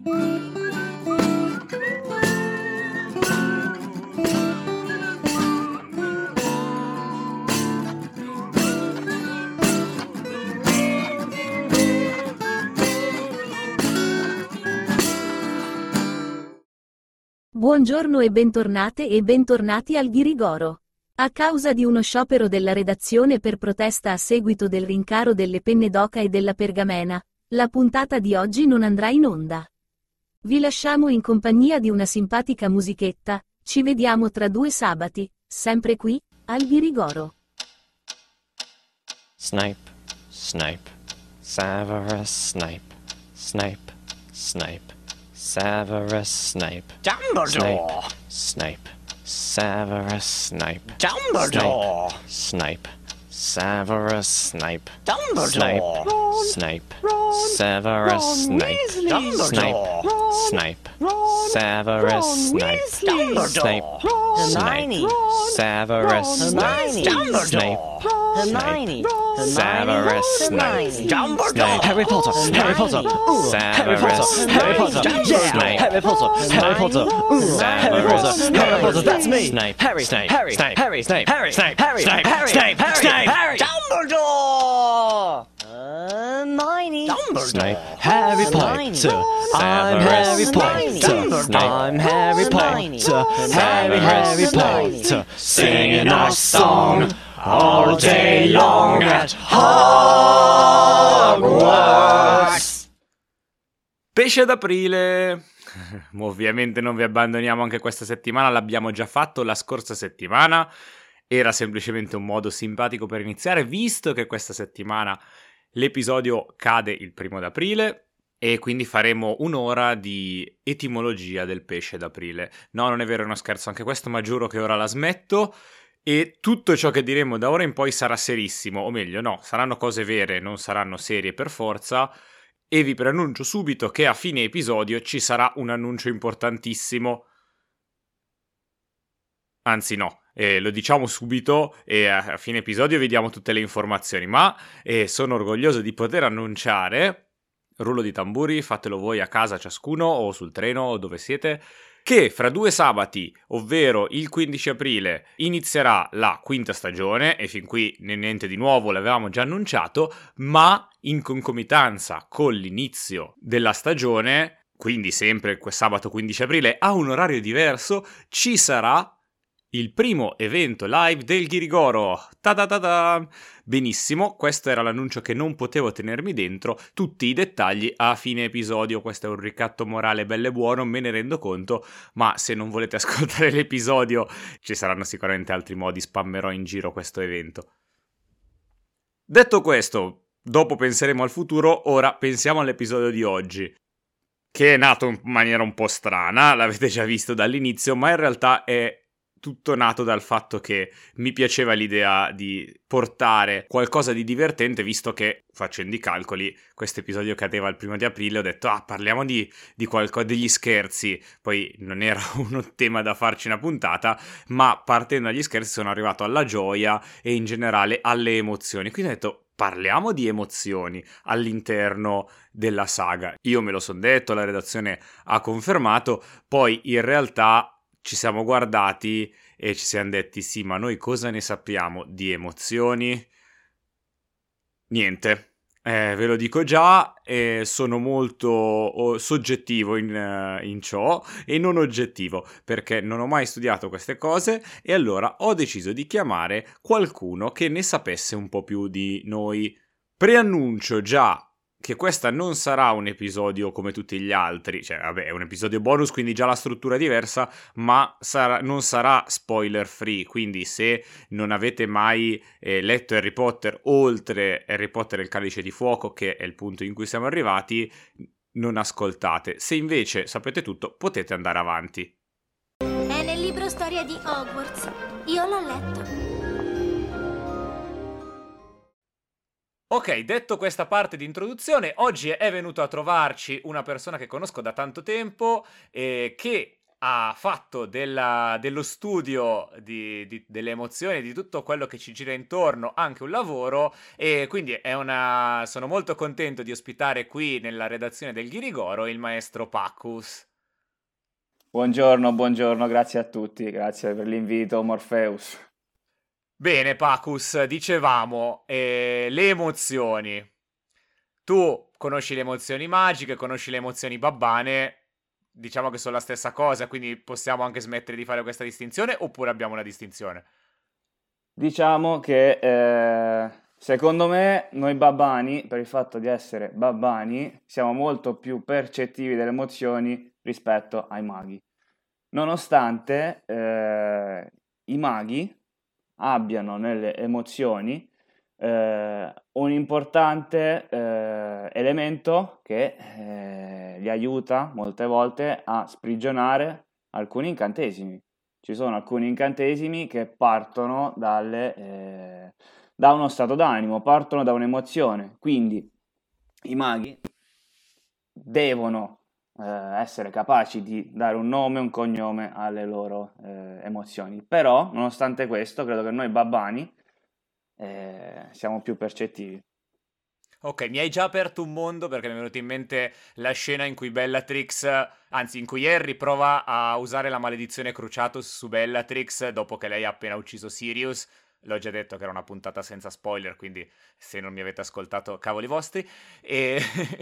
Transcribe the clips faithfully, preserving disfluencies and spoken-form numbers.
Buongiorno e bentornate e bentornati al Ghirigoro. A causa di uno sciopero della redazione per protesta a seguito del rincaro delle penne d'oca e della pergamena, la puntata di oggi non andrà in onda. Vi lasciamo in compagnia di una simpatica musichetta, ci vediamo tra due sabati, sempre qui, al Ghirigoro. Snipe, snipe, Severus Snape, snipe, snipe. Severus Snape. Dumbledore! Snape. Snape. Severus Snape. Dumbledore! Snape. Severus Snape. Dumbledore! Snape. Snape. Severus Snape. Dumbledore! Snape. Severus Snape. Snape. Hermione! Severus Snape. Dumbledore! Snape. Hermione! Severus Snape. Dumbledore! Harry Potter, Harry Potter, ooh, Harry Potter, Harry Potter, yeah, Harry Potter, Harry Potter, ooh, Harry Potter, Harry Potter, that's me, Snape, Harry, Snape, Harry, Snape, Harry, Snape, Harry, Snape, Harry, Snape, Harry, Snape, Harry, Snape, Dumbledore! Hermione! Snape. Harry Hermione. Potter, I'm Harry Dumbledore. Potter, I'm Harry Potter, Harry, Harry Potter, singing our song all day long at Hogwarts. Pesce d'aprile! Ovviamente non vi abbandoniamo anche questa settimana, l'abbiamo già fatto la scorsa settimana. Era semplicemente un modo simpatico per iniziare, visto che questa settimana l'episodio cade il primo d'aprile e quindi faremo un'ora di etimologia del pesce d'aprile. No, non è vero, è uno scherzo anche questo, ma giuro che ora la smetto. E tutto ciò che diremo da ora in poi sarà serissimo, o meglio no, saranno cose vere, non saranno serie per forza, e vi preannuncio subito che a fine episodio ci sarà un annuncio importantissimo. Anzi no, eh, lo diciamo subito e a fine episodio vediamo tutte le informazioni, ma eh, sono orgoglioso di poter annunciare, rullo di tamburi, fatelo voi a casa ciascuno o sul treno o dove siete, che fra due sabati, ovvero il quindici aprile, inizierà la quinta stagione, e fin qui niente di nuovo, l'avevamo già annunciato, ma in concomitanza con l'inizio della stagione, quindi sempre quel sabato quindici aprile, a un orario diverso, ci sarà il primo evento live del Ghirigoro. Ta-da-da-da! Benissimo, questo era l'annuncio che non potevo tenermi dentro, tutti i dettagli a fine episodio. Questo è un ricatto morale bello e buono, me ne rendo conto, ma se non volete ascoltare l'episodio ci saranno sicuramente altri modi, spammerò in giro questo evento. Detto questo, dopo penseremo al futuro, ora pensiamo all'episodio di oggi, che è nato in maniera un po' strana, l'avete già visto dall'inizio, ma in realtà è tutto nato dal fatto che mi piaceva l'idea di portare qualcosa di divertente, visto che, facendo i calcoli, questo episodio cadeva il primo di aprile, ho detto, ah, parliamo di, di qualcosa, degli scherzi. Poi non era uno tema da farci una puntata, ma partendo dagli scherzi sono arrivato alla gioia e in generale alle emozioni. Quindi ho detto, parliamo di emozioni all'interno della saga. Io me lo son detto, la redazione ha confermato, poi in realtà ci siamo guardati e ci siamo detti, sì, ma noi cosa ne sappiamo di emozioni? Niente, eh, ve lo dico già, eh, sono molto oh, soggettivo in, uh, in ciò e non oggettivo, perché non ho mai studiato queste cose e allora ho deciso di chiamare qualcuno che ne sapesse un po' più di noi. Preannuncio già che questa non sarà un episodio come tutti gli altri, cioè vabbè è un episodio bonus quindi già la struttura è diversa, ma sarà, non sarà spoiler free, quindi se non avete mai eh, letto Harry Potter oltre Harry Potter e il Calice di Fuoco, che è il punto in cui siamo arrivati, non ascoltate. Se invece sapete tutto potete andare avanti. È nel libro Storia di Hogwarts, io l'ho letto. Ok, detto questa parte di introduzione, oggi è venuto a trovarci una persona che conosco da tanto tempo e che ha fatto della- dello studio di- di- delle emozioni, di tutto quello che ci gira intorno, anche un lavoro, e quindi è una... sono molto contento di ospitare qui nella redazione del Ghirigoro il maestro Pacus. Buongiorno, buongiorno, grazie a tutti, grazie per l'invito, Morpheus. Bene, Pacus, dicevamo, eh, le emozioni. Tu conosci le emozioni magiche, conosci le emozioni babbane, diciamo che sono la stessa cosa, quindi possiamo anche smettere di fare questa distinzione, oppure abbiamo una distinzione? Diciamo che eh, secondo me noi babbani, per il fatto di essere babbani, siamo molto più percettivi delle emozioni rispetto ai maghi. Nonostante eh, i maghi abbiano nelle emozioni eh, un importante eh, elemento che eh, li aiuta molte volte a sprigionare alcuni incantesimi. Ci sono alcuni incantesimi che partono dalle, eh, da uno stato d'animo, partono da un'emozione, quindi i maghi devono eh, essere capaci di dare un nome, un cognome alle loro eh, emozioni. Però, nonostante questo, credo che noi babbani eh, siamo più percettivi. Ok, mi hai già aperto un mondo perché mi è venuta in mente la scena in cui Bellatrix, anzi in cui Harry prova a usare la maledizione Cruciatus su Bellatrix dopo che lei ha appena ucciso Sirius. L'ho già detto che era una puntata senza spoiler, quindi se non mi avete ascoltato, cavoli vostri. E,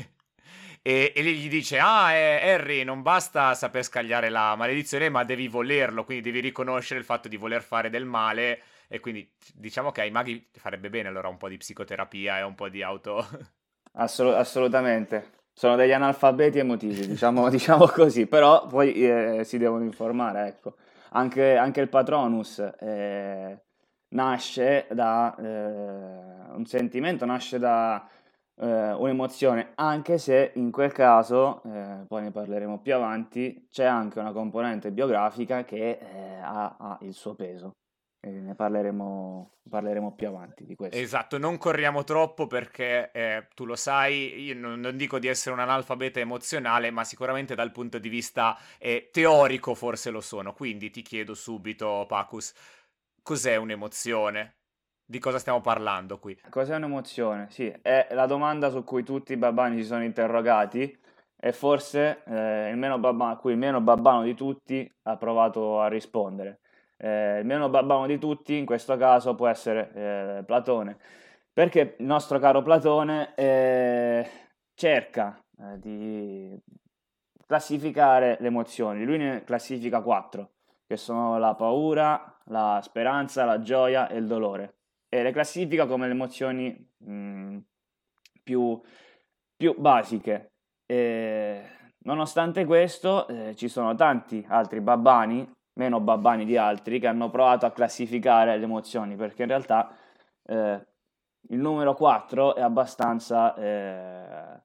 e, e lei gli dice, ah, eh, Harry, non basta saper scagliare la maledizione, ma devi volerlo, quindi devi riconoscere il fatto di voler fare del male. E quindi diciamo che ai maghi farebbe bene allora un po' di psicoterapia e un po' di auto... Assolu- assolutamente. Sono degli analfabeti emotivi, diciamo, diciamo così, però poi eh, si devono informare, ecco. Anche, anche il Patronus eh, nasce da eh, un sentimento, nasce da eh, un'emozione, anche se in quel caso, eh, poi ne parleremo più avanti, c'è anche una componente biografica che eh, ha, ha il suo peso. E ne parleremo, parleremo più avanti di questo. Esatto, non corriamo troppo perché eh, tu lo sai, io non, non dico di essere un analfabeta emozionale, ma sicuramente dal punto di vista eh, teorico forse lo sono. Quindi ti chiedo subito, Pacus, cos'è un'emozione? Di cosa stiamo parlando qui? Cos'è un'emozione? Sì, è la domanda su cui tutti i babbani si sono interrogati e forse eh, il meno babba- a cui il meno babbano di tutti ha provato a rispondere. Eh, il meno babbano di tutti in questo caso può essere eh, Platone, perché il nostro caro Platone eh, cerca eh, di classificare le emozioni. Lui ne classifica quattro, che sono la paura, la speranza, la gioia e il dolore. E le classifica come le emozioni mh, più, più basiche. E, nonostante questo, eh, ci sono tanti altri babbani, meno babbani di altri, che hanno provato a classificare le emozioni, perché in realtà eh, il numero quattro è abbastanza, eh,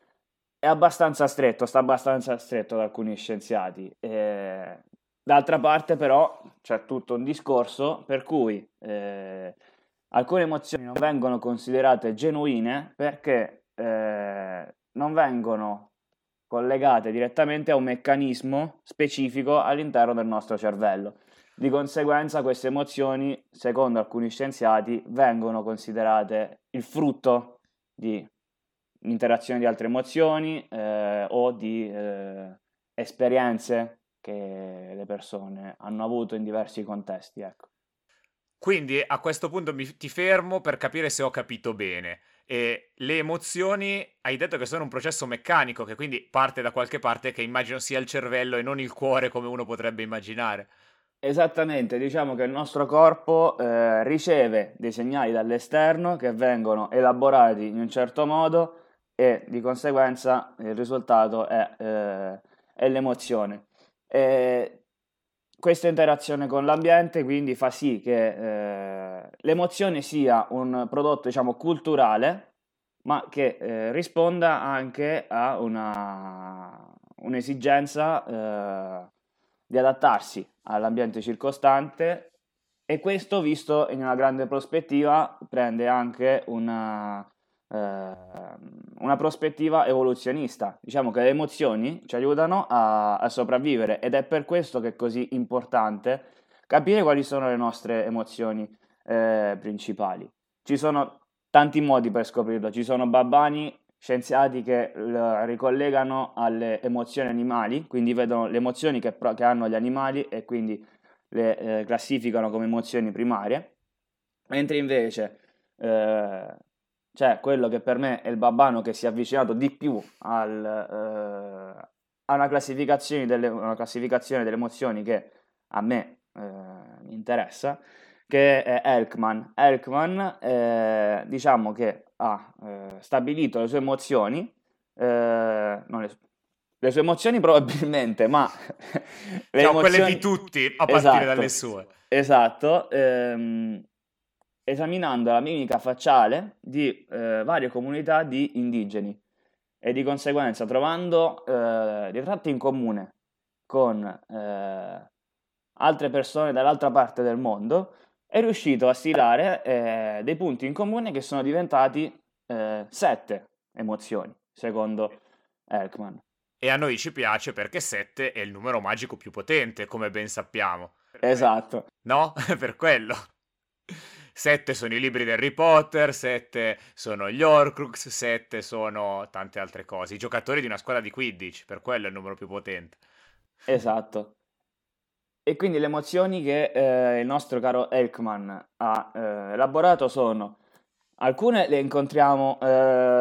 è abbastanza stretto, sta abbastanza stretto da alcuni scienziati. Eh, d'altra parte, però, c'è tutto un discorso per cui eh, alcune emozioni non vengono considerate genuine perché eh, non vengono collegate direttamente a un meccanismo specifico all'interno del nostro cervello. Di conseguenza queste emozioni, secondo alcuni scienziati, vengono considerate il frutto di interazione di altre emozioni eh, o di eh, esperienze che le persone hanno avuto in diversi contesti, ecco. Quindi a questo punto mi, ti fermo per capire se ho capito bene. E le emozioni, hai detto che sono un processo meccanico, che quindi parte da qualche parte, che immagino sia il cervello e non il cuore come uno potrebbe immaginare. Esattamente, diciamo che il nostro corpo eh, riceve dei segnali dall'esterno che vengono elaborati in un certo modo e di conseguenza il risultato è, eh, è l'emozione. E questa interazione con l'ambiente quindi fa sì che eh, l'emozione sia un prodotto, diciamo, culturale, ma che eh, risponda anche a una, un'esigenza eh, di adattarsi all'ambiente circostante, e questo, visto in una grande prospettiva, prende anche una, eh, una prospettiva evoluzionista. Diciamo che le emozioni ci aiutano a, a sopravvivere ed è per questo che è così importante capire quali sono le nostre emozioni eh, principali. Ci sono tanti modi per scoprirlo, ci sono babbani, scienziati che l- ricollegano alle emozioni animali, quindi vedono le emozioni che, pro- che hanno gli animali e quindi le eh, classificano come emozioni primarie, mentre invece eh, c'è quello che per me è il babbano che si è avvicinato di più al, eh, a una classificazione, delle, una classificazione delle emozioni che a me eh, mi interessa, che è Elkman. Elkman eh, diciamo che ha eh, stabilito le sue emozioni, eh, non le, le sue emozioni probabilmente, ma le Cioè, emozioni... quelle di tutti, a partire Esatto, dalle sue. Esatto, ehm, esaminando la mimica facciale di eh, varie comunità di indigeni e di conseguenza trovando eh, dei tratti in comune con eh, altre persone dall'altra parte del mondo, è riuscito a stilare eh, dei punti in comune che sono diventati eh, sette emozioni, secondo Elkman. E a noi ci piace perché sette è il numero magico più potente, come ben sappiamo. Esatto. No? Per quello. sette sono i libri di Harry Potter, sette sono gli Horcrux, sette sono tante altre cose. I giocatori di una squadra di Quidditch, per quello è il numero più potente. Esatto. E quindi le emozioni che eh, il nostro caro Elkman ha eh, elaborato sono, alcune le incontriamo, eh,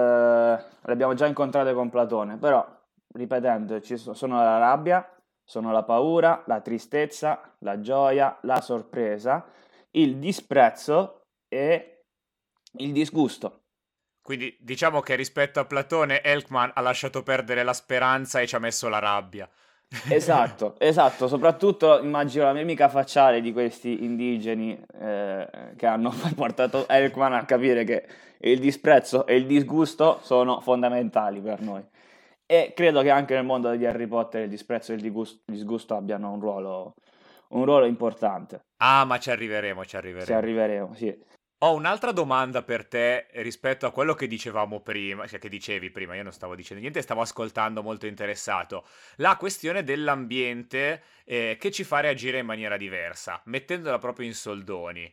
le abbiamo già incontrate con Platone, però ripetendo, ci so- sono la rabbia, sono la paura, la tristezza, la gioia, la sorpresa, il disprezzo e il disgusto. Quindi diciamo che rispetto a Platone, Elkman ha lasciato perdere la speranza e ci ha messo la rabbia. Esatto, esatto, soprattutto immagino la mimica facciale di questi indigeni eh, che hanno portato Elkman a capire che il disprezzo e il disgusto sono fondamentali per noi. E credo che anche nel mondo di Harry Potter il disprezzo e il disgusto, disgusto abbiano un ruolo, un ruolo importante. Ah, ma ci arriveremo, ci arriveremo. Se arriveremo, sì. Ho un'altra domanda per te rispetto a quello che dicevamo prima, cioè che dicevi prima, io non stavo dicendo niente, stavo ascoltando molto interessato. La questione dell'ambiente eh, che ci fa reagire in maniera diversa, mettendola proprio in soldoni.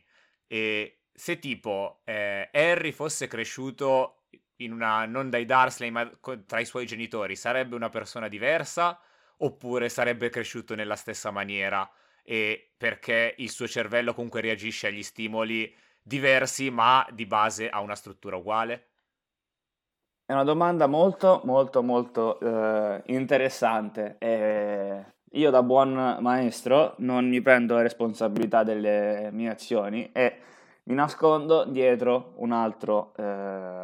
E se tipo eh, Harry fosse cresciuto in una, non dai Dursley, ma co- tra i suoi genitori, sarebbe una persona diversa oppure sarebbe cresciuto nella stessa maniera? E perché il suo cervello comunque reagisce agli stimoli diversi, ma di base ha una struttura uguale? È una domanda molto, molto, molto eh, interessante. E io da buon maestro non mi prendo la responsabilità delle mie azioni e mi nascondo dietro un altro, eh,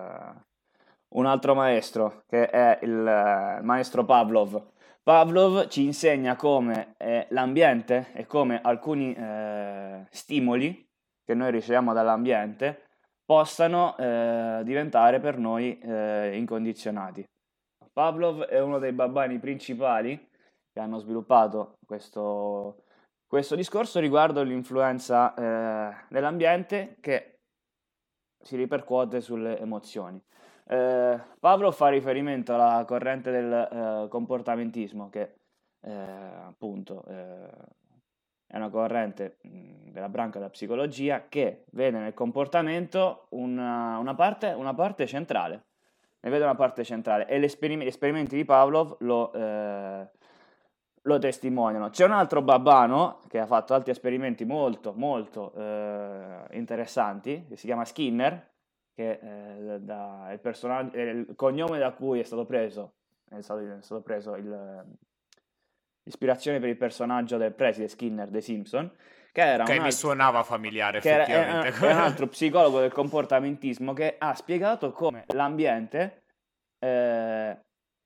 un altro maestro, che è il eh, maestro Pavlov. Pavlov ci insegna come eh, l'ambiente e come alcuni eh, stimoli che noi riceviamo dall'ambiente possano eh, diventare per noi eh, incondizionati. Pavlov è uno dei babbani principali che hanno sviluppato questo, questo discorso riguardo l'influenza eh, dell'ambiente che si ripercuote sulle emozioni. Eh, Pavlov fa riferimento alla corrente del eh, comportamentismo che eh, appunto eh, è una corrente mh, della branca della psicologia che vede nel comportamento una, una, parte, una parte centrale, ne vede una parte centrale e gli esperimenti, gli esperimenti di Pavlov lo, eh, lo testimoniano. C'è un altro babbano che ha fatto altri esperimenti molto molto eh, interessanti, che si chiama Skinner, che eh, da, il, personaggio, il cognome da cui è stato preso, è stato, è stato preso il... ispirazione per il personaggio del preside Skinner dei Simpson, che era ok, un mi altro, suonava familiare che era, effettivamente. era, era un altro psicologo del comportamentismo che ha spiegato come l'ambiente eh,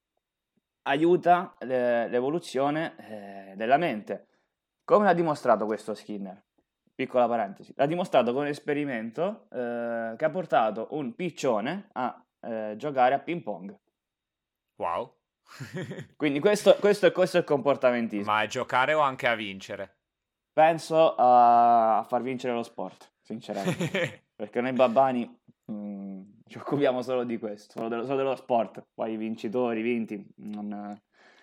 aiuta le, l'evoluzione eh, della mente. Come l'ha dimostrato questo Skinner? Piccola parentesi. L'ha dimostrato con un esperimento eh, che ha portato un piccione a eh, giocare a ping pong. Wow. Quindi questo, questo, è, questo è il comportamentismo. Ma a giocare o anche a vincere? Penso a, a far vincere lo sport, sinceramente. Perché noi babbani mh, ci occupiamo solo di questo, solo dello, solo dello sport, poi i vincitori, vinti, non...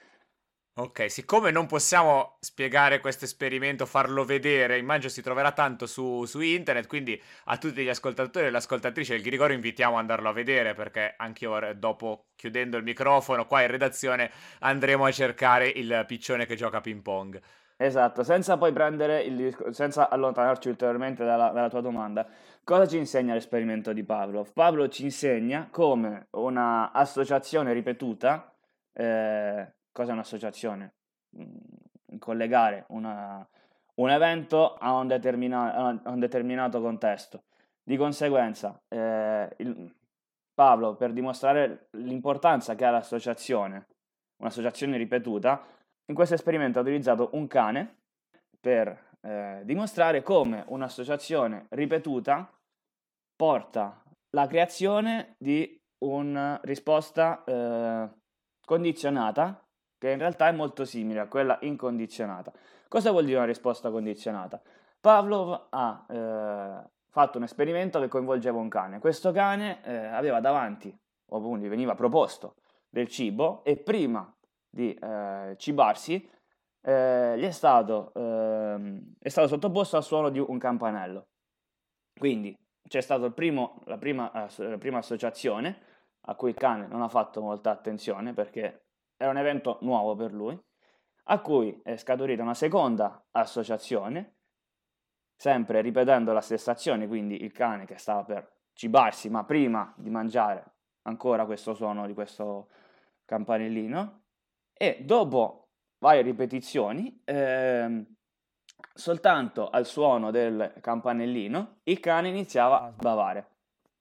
Ok, siccome non possiamo spiegare questo esperimento, farlo vedere, immagino si troverà tanto su, su internet, quindi a tutti gli ascoltatori e le ascoltatrici del Ghirigoro invitiamo ad andarlo a vedere, perché anche io dopo, chiudendo il microfono qua in redazione, andremo a cercare il piccione che gioca a ping pong. Esatto, senza poi prendere il discor- senza allontanarci ulteriormente dalla, dalla tua domanda, cosa ci insegna l'esperimento di Pavlov? Pavlov ci insegna come una associazione ripetuta, eh, cosa è un'associazione? Mm, collegare una- un evento a un, determina- a un determinato contesto. Di conseguenza, eh, il- Pavlov, per dimostrare l'importanza che ha l'associazione, un'associazione ripetuta, in questo esperimento ha utilizzato un cane per eh, dimostrare come un'associazione ripetuta porta la creazione di una risposta eh, condizionata, che in realtà è molto simile a quella incondizionata. Cosa vuol dire una risposta condizionata? Pavlov ha eh, fatto un esperimento che coinvolgeva un cane. Questo cane eh, aveva davanti, o gli veniva proposto del cibo, e prima di eh, cibarsi eh, gli è stato, ehm, è stato sottoposto al suono di un campanello. Quindi c'è stata la prima, la prima associazione a cui il cane non ha fatto molta attenzione perché era un evento nuovo per lui, a cui è scaturita una seconda associazione, sempre ripetendo la stessa azione, quindi il cane che stava per cibarsi, ma prima di mangiare ancora questo suono di questo campanellino, e dopo varie ripetizioni, ehm, soltanto al suono del campanellino, il cane iniziava a sbavare.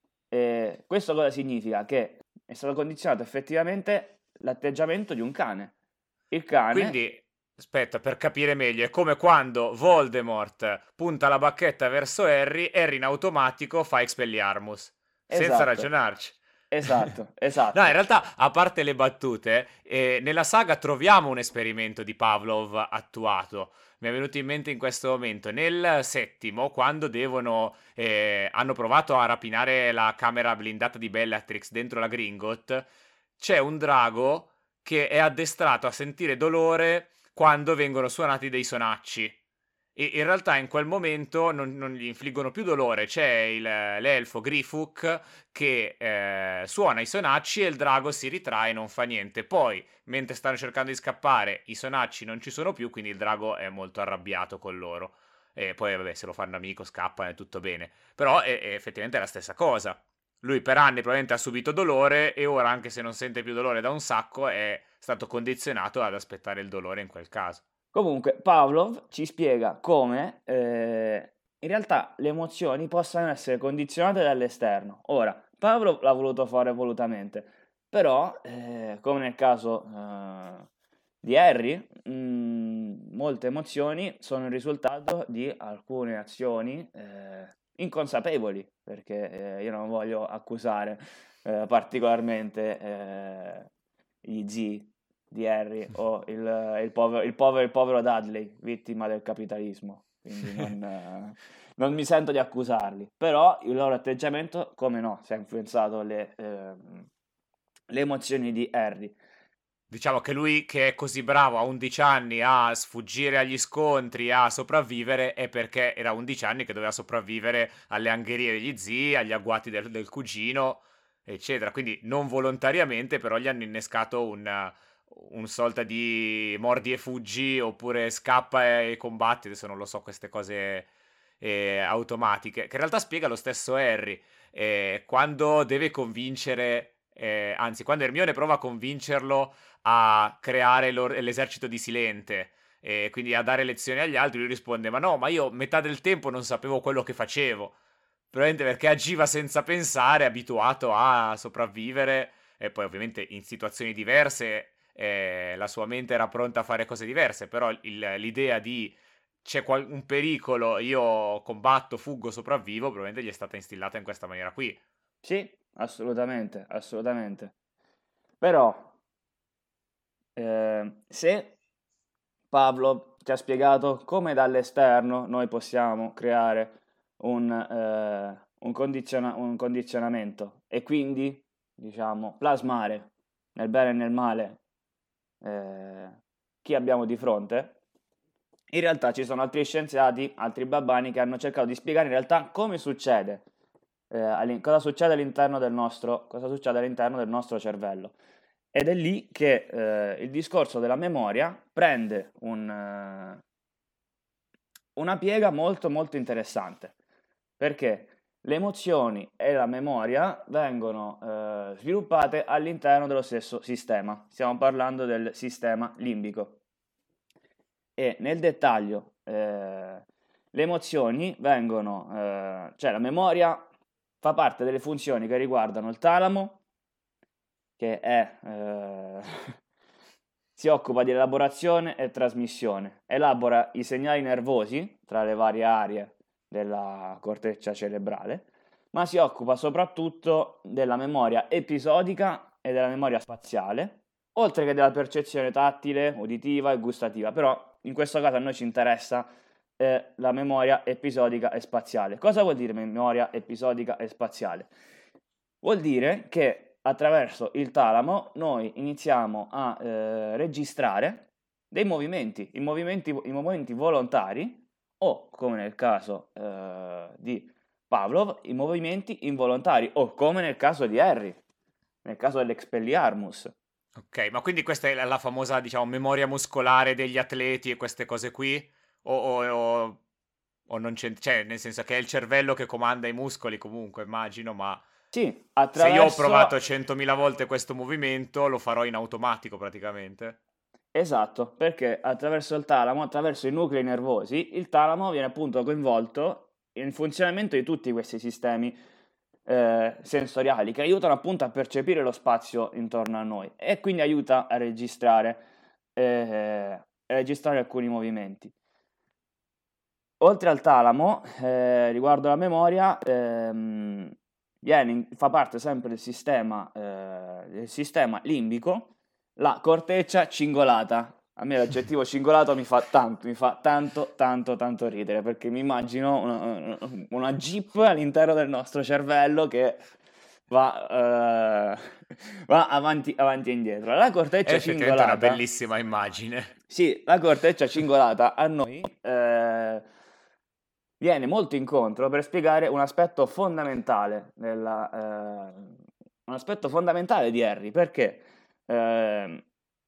E questo cosa significa? Che è stato condizionato effettivamente l'atteggiamento di un cane. Il cane... Quindi, aspetta, per capire meglio, è come quando Voldemort punta la bacchetta verso Harry, Harry in automatico fa Expelliarmus, senza Esatto. ragionarci. Esatto, esatto. No, in realtà, a parte le battute, eh, nella saga troviamo un esperimento di Pavlov attuato. Mi è venuto in mente in questo momento. Nel settimo, quando devono eh, hanno provato a rapinare la camera blindata di Bellatrix dentro la Gringotts, c'è un drago che è addestrato a sentire dolore quando vengono suonati dei sonacci. E in realtà in quel momento non, non gli infliggono più dolore, c'è il, l'elfo Grifuk che eh, suona i sonacci e il drago si ritrae e non fa niente. Poi, mentre stanno cercando di scappare, i sonacci non ci sono più, quindi il drago è molto arrabbiato con loro. E poi, vabbè, se lo fanno amico, scappano, è tutto bene. Però è, è effettivamente è la stessa cosa. Lui per anni probabilmente ha subito dolore e ora, anche se non sente più dolore da un sacco, è stato condizionato ad aspettare il dolore in quel caso. Comunque, Pavlov ci spiega come eh, in realtà le emozioni possano essere condizionate dall'esterno. Ora, Pavlov l'ha voluto fare volutamente, però, eh, come nel caso eh, di Harry, mh, molte emozioni sono il risultato di alcune azioni eh, inconsapevoli, perché eh, io non voglio accusare eh, particolarmente eh, gli zii di Harry o il, il, povero, il, povero, il povero Dudley, vittima del capitalismo, quindi non, eh, non mi sento di accusarli, però il loro atteggiamento, come no, si è influenzato le, eh, le emozioni di Harry. Diciamo che lui, che è così bravo a undici anni a sfuggire agli scontri, a sopravvivere, è perché era undici anni che doveva sopravvivere alle angherie degli zii, agli agguati del, del cugino, eccetera. Quindi non volontariamente, però gli hanno innescato un, un sorta di mordi e fuggi, oppure scappa e combatti, adesso non lo so, queste cose eh, automatiche, che in realtà spiega lo stesso Harry, eh, quando deve convincere... Eh, anzi, quando Hermione prova a convincerlo a creare l'esercito di Silente e quindi a dare lezioni agli altri, lui risponde: ma no, ma io metà del tempo non sapevo quello che facevo, probabilmente perché agiva senza pensare, abituato a sopravvivere, e poi ovviamente in situazioni diverse eh, la sua mente era pronta a fare cose diverse, però il, l'idea di c'è qual- un pericolo, io combatto, fuggo, sopravvivo, probabilmente gli è stata instillata in questa maniera qui. Sì, assolutamente, assolutamente. Però, eh, se Pavlov ci ha spiegato come dall'esterno noi possiamo creare un, eh, un, condiziona- un condizionamento e quindi, diciamo, plasmare nel bene e nel male eh, chi abbiamo di fronte, in realtà ci sono altri scienziati, altri babbani che hanno cercato di spiegare in realtà come succede, eh, all'in- cosa succede all'interno del nostro, cosa succede all'interno del nostro cervello. Ed è lì che eh, il discorso della memoria prende un, eh, una piega molto molto interessante, perché le emozioni e la memoria vengono eh, sviluppate all'interno dello stesso sistema. Stiamo parlando del sistema limbico. E nel dettaglio eh, le emozioni vengono, eh, cioè la memoria fa parte delle funzioni che riguardano il talamo, che è, eh, si occupa di elaborazione e trasmissione, elabora i segnali nervosi tra le varie aree della corteccia cerebrale, ma si occupa soprattutto della memoria episodica e della memoria spaziale, oltre che della percezione tattile, uditiva e gustativa. Però in questo caso a noi ci interessa eh, la memoria episodica e spaziale. Cosa vuol dire memoria episodica e spaziale? Vuol dire che attraverso il talamo noi iniziamo a eh, registrare dei movimenti, i movimenti, i movimenti volontari o, come nel caso eh, di Pavlov, i movimenti involontari o, come nel caso di Harry, nel caso dell'Expelliarmus. Ok, ma quindi questa è la, la famosa, diciamo, memoria muscolare degli atleti e queste cose qui? O, o, o, o non c'è, cioè, nel senso che è il cervello che comanda i muscoli comunque, immagino, ma Sì, se io ho attraverso... provato centomila volte questo movimento, lo farò in automatico praticamente. Esatto, perché attraverso il talamo, attraverso i nuclei nervosi, il talamo viene appunto coinvolto nel funzionamento di tutti questi sistemi eh, sensoriali che aiutano appunto a percepire lo spazio intorno a noi e quindi aiuta a registrare, eh, a registrare alcuni movimenti. Oltre al talamo, eh, riguardo alla memoria, ehm, viene, fa parte sempre del sistema, eh, del sistema limbico la corteccia cingolata. A me l'aggettivo cingolato mi fa tanto, mi fa tanto, tanto, tanto ridere, perché mi immagino una, una jeep all'interno del nostro cervello che va, uh, va avanti, avanti e indietro. La corteccia È effettivamente cingolata... una bellissima immagine. Sì, la corteccia cingolata a noi eh, viene molto incontro per spiegare un aspetto fondamentale della, eh, un aspetto fondamentale di Harry, perché eh,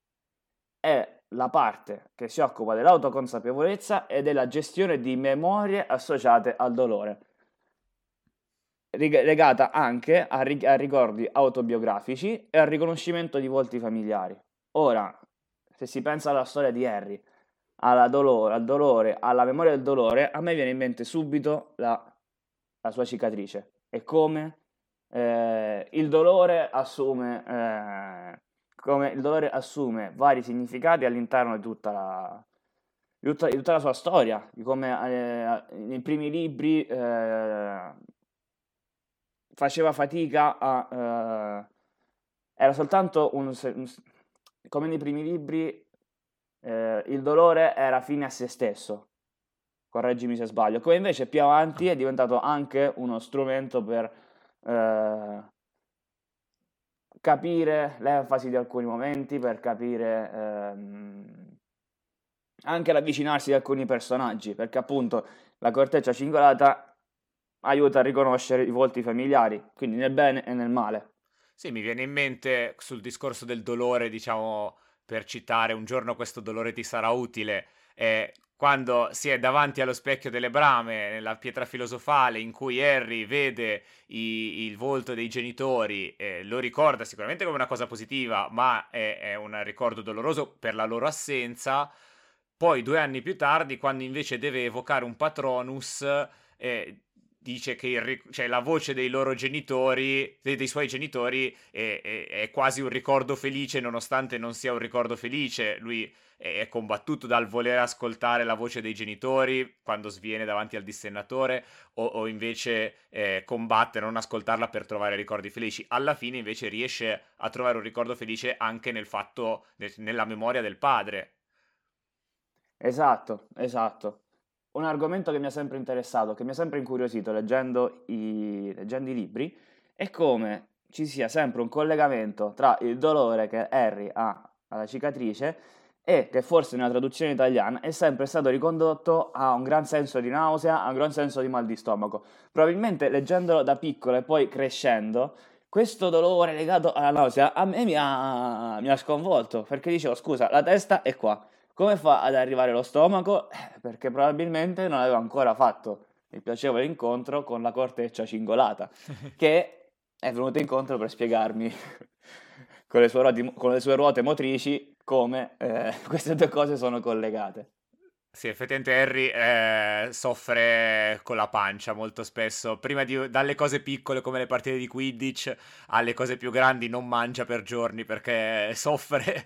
è la parte che si occupa dell'autoconsapevolezza e della gestione di memorie associate al dolore, legata anche a, ri- a ricordi autobiografici e al riconoscimento di volti familiari. Ora, se si pensa alla storia di Harry, alla dolore, al dolore, alla memoria del dolore, a me viene in mente subito la, la sua cicatrice e come eh, il dolore assume eh, come il dolore assume vari significati all'interno di tutta la, di tutta, di tutta la sua storia, di come eh, nei primi libri eh, faceva fatica a eh, era soltanto un, un come nei primi libri eh, il dolore era fine a se stesso, correggimi se sbaglio, come invece più avanti è diventato anche uno strumento per eh, capire l'enfasi di alcuni momenti, per capire ehm, anche l'avvicinarsi di alcuni personaggi, perché appunto la corteccia cingolata aiuta a riconoscere i volti familiari, quindi nel bene e nel male. Sì, mi viene in mente sul discorso del dolore, diciamo, per citare Un giorno questo dolore ti sarà utile, eh, quando si è davanti allo specchio delle brame, nella pietra filosofale, in cui Harry vede i, il volto dei genitori, eh, lo ricorda sicuramente come una cosa positiva, ma è, è un ricordo doloroso per la loro assenza. Poi due anni più tardi, quando invece deve evocare un Patronus, eh, dice che il, cioè, la voce dei loro genitori, dei, dei suoi genitori, è, è, è quasi un ricordo felice, nonostante non sia un ricordo felice. Lui è, è combattuto dal voler ascoltare la voce dei genitori quando sviene davanti al dissennatore, o, o invece eh, combatte non ascoltarla per trovare ricordi felici. Alla fine invece riesce a trovare un ricordo felice anche nel fatto, nella memoria del padre. Esatto, esatto. Un argomento che mi ha sempre interessato, che mi ha sempre incuriosito leggendo i, leggendo i libri, è come ci sia sempre un collegamento tra il dolore che Harry ha alla cicatrice e che forse nella traduzione italiana è sempre stato ricondotto a un gran senso di nausea, a un gran senso di mal di stomaco. Probabilmente leggendolo da piccolo e poi crescendo, questo dolore legato alla nausea a me mi ha, mi ha sconvolto, perché dicevo, scusa, la testa è qua, come fa ad arrivare lo stomaco? Eh, perché probabilmente non aveva ancora fatto il piacevole incontro con la corteccia cingolata, che è venuta incontro per spiegarmi con le sue ruote, con le sue ruote motrici come eh, queste due cose sono collegate. Sì, effettivamente Harry eh, soffre con la pancia molto spesso, prima di, dalle cose piccole come le partite di Quidditch alle cose più grandi non mangia per giorni perché soffre.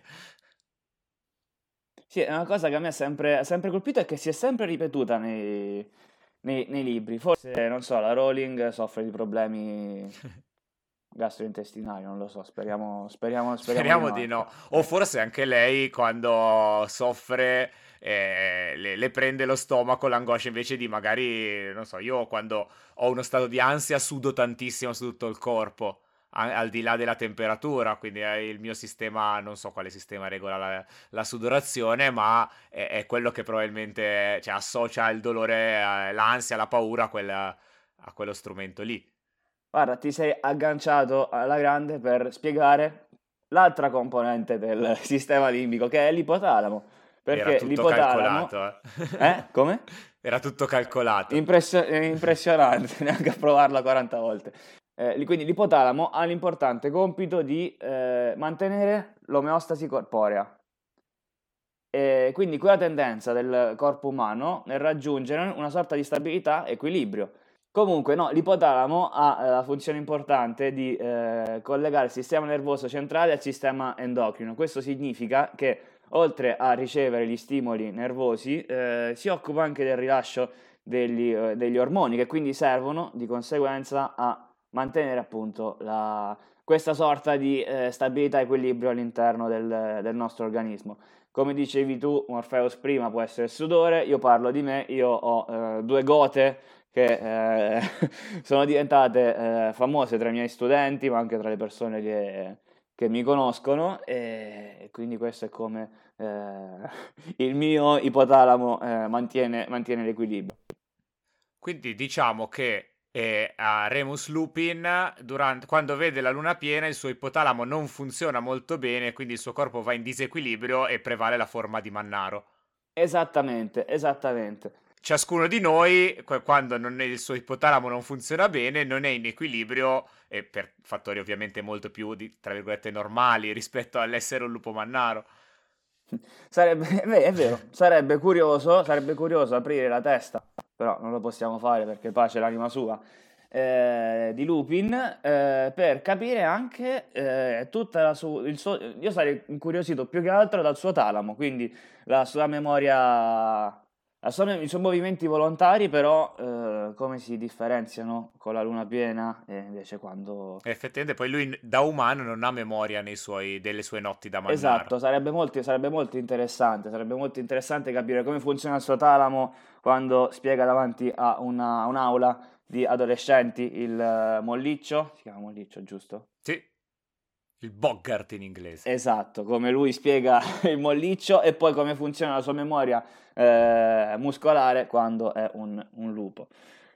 Sì, è una cosa che a me ha sempre, ha sempre colpito e che si è sempre ripetuta nei, nei, nei libri. Forse, non so, la Rowling soffre di problemi gastrointestinali, non lo so, speriamo, speriamo, speriamo, Speriamo di no. O forse anche lei quando soffre eh, le, le prende lo stomaco, l'angoscia, invece di magari, non so, io quando ho uno stato di ansia sudo tantissimo su tutto il corpo, a- al di là della temperatura, quindi eh, il mio sistema, non so quale sistema regola la, la sudorazione, ma è, è quello che probabilmente cioè, associa il dolore, eh, l'ansia, la paura a, quella- a quello strumento lì. Guarda, ti sei agganciato alla grande per spiegare l'altra componente del sistema limbico, che è l'ipotalamo. Era Perché tutto l'ipotalamo... calcolato, eh. Eh? Come? Era tutto calcolato. Impressio- è impressionante, neanche a provarla quaranta volte. Eh, li- quindi l'ipotalamo ha l'importante compito di eh, mantenere l'omeostasi corporea. E quindi quella tendenza del corpo umano nel raggiungere una sorta di stabilità, equilibrio. Comunque, no, l'ipotalamo ha eh, la funzione importante di eh, collegare il sistema nervoso centrale al sistema endocrino. Questo significa che, oltre a ricevere gli stimoli nervosi, eh, si occupa anche del rilascio degli, eh, degli ormoni, che quindi servono di conseguenza a mantenere appunto la, questa sorta di eh, stabilità e equilibrio all'interno del, del nostro organismo. Come dicevi tu, Morpheus, prima può essere sudore, io parlo di me, io ho eh, due gote che eh, sono diventate eh, famose tra i miei studenti, ma anche tra le persone che, che mi conoscono, e, e quindi questo è come eh, il mio ipotalamo eh, mantiene, mantiene l'equilibrio. Quindi diciamo che eh, a Remus Lupin, durante, quando vede la luna piena, il suo ipotalamo non funziona molto bene, quindi il suo corpo va in disequilibrio e prevale la forma di Mannaro. Esattamente, esattamente. Ciascuno di noi, qu- quando non è- il suo ipotalamo non funziona bene, non è in equilibrio, e per fattori ovviamente molto più, di, tra virgolette, normali rispetto all'essere un lupo mannaro. Sarebbe, beh, è vero, sarebbe curioso, sarebbe curioso aprire la testa, però non lo possiamo fare perché pace l'anima sua, eh, di Lupin, eh, per capire anche eh, tutta la sua... Il suo, io sarei incuriosito più che altro dal suo talamo, quindi la sua memoria... La sua mem- I suoi movimenti volontari, però, eh, come si differenziano con la luna piena e invece quando... E effettivamente poi lui da umano non ha memoria nei suoi, delle sue notti da Mannaro. Esatto, sarebbe molto, sarebbe molto interessante, sarebbe molto interessante capire come funziona il suo talamo quando spiega davanti a una, un'aula di adolescenti il eh, molliccio, si chiama molliccio, giusto? Sì, il Boggart in inglese. Esatto, come lui spiega il molliccio e poi come funziona la sua memoria eh, muscolare quando è un, un lupo.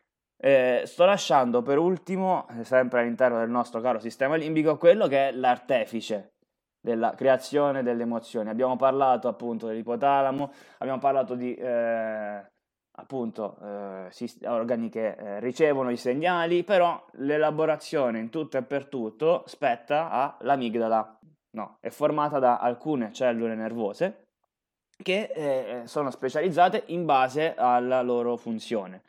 Eh, sto lasciando per ultimo, eh, sempre all'interno del nostro caro sistema limbico, quello che è l'artefice della creazione delle emozioni. Abbiamo parlato appunto dell'ipotalamo, abbiamo parlato di eh, appunto eh, sist- organi che eh, ricevono i segnali, però l'elaborazione in tutto e per tutto spetta all'amigdala. No, è formata da alcune cellule nervose che eh, sono specializzate in base alla loro funzione.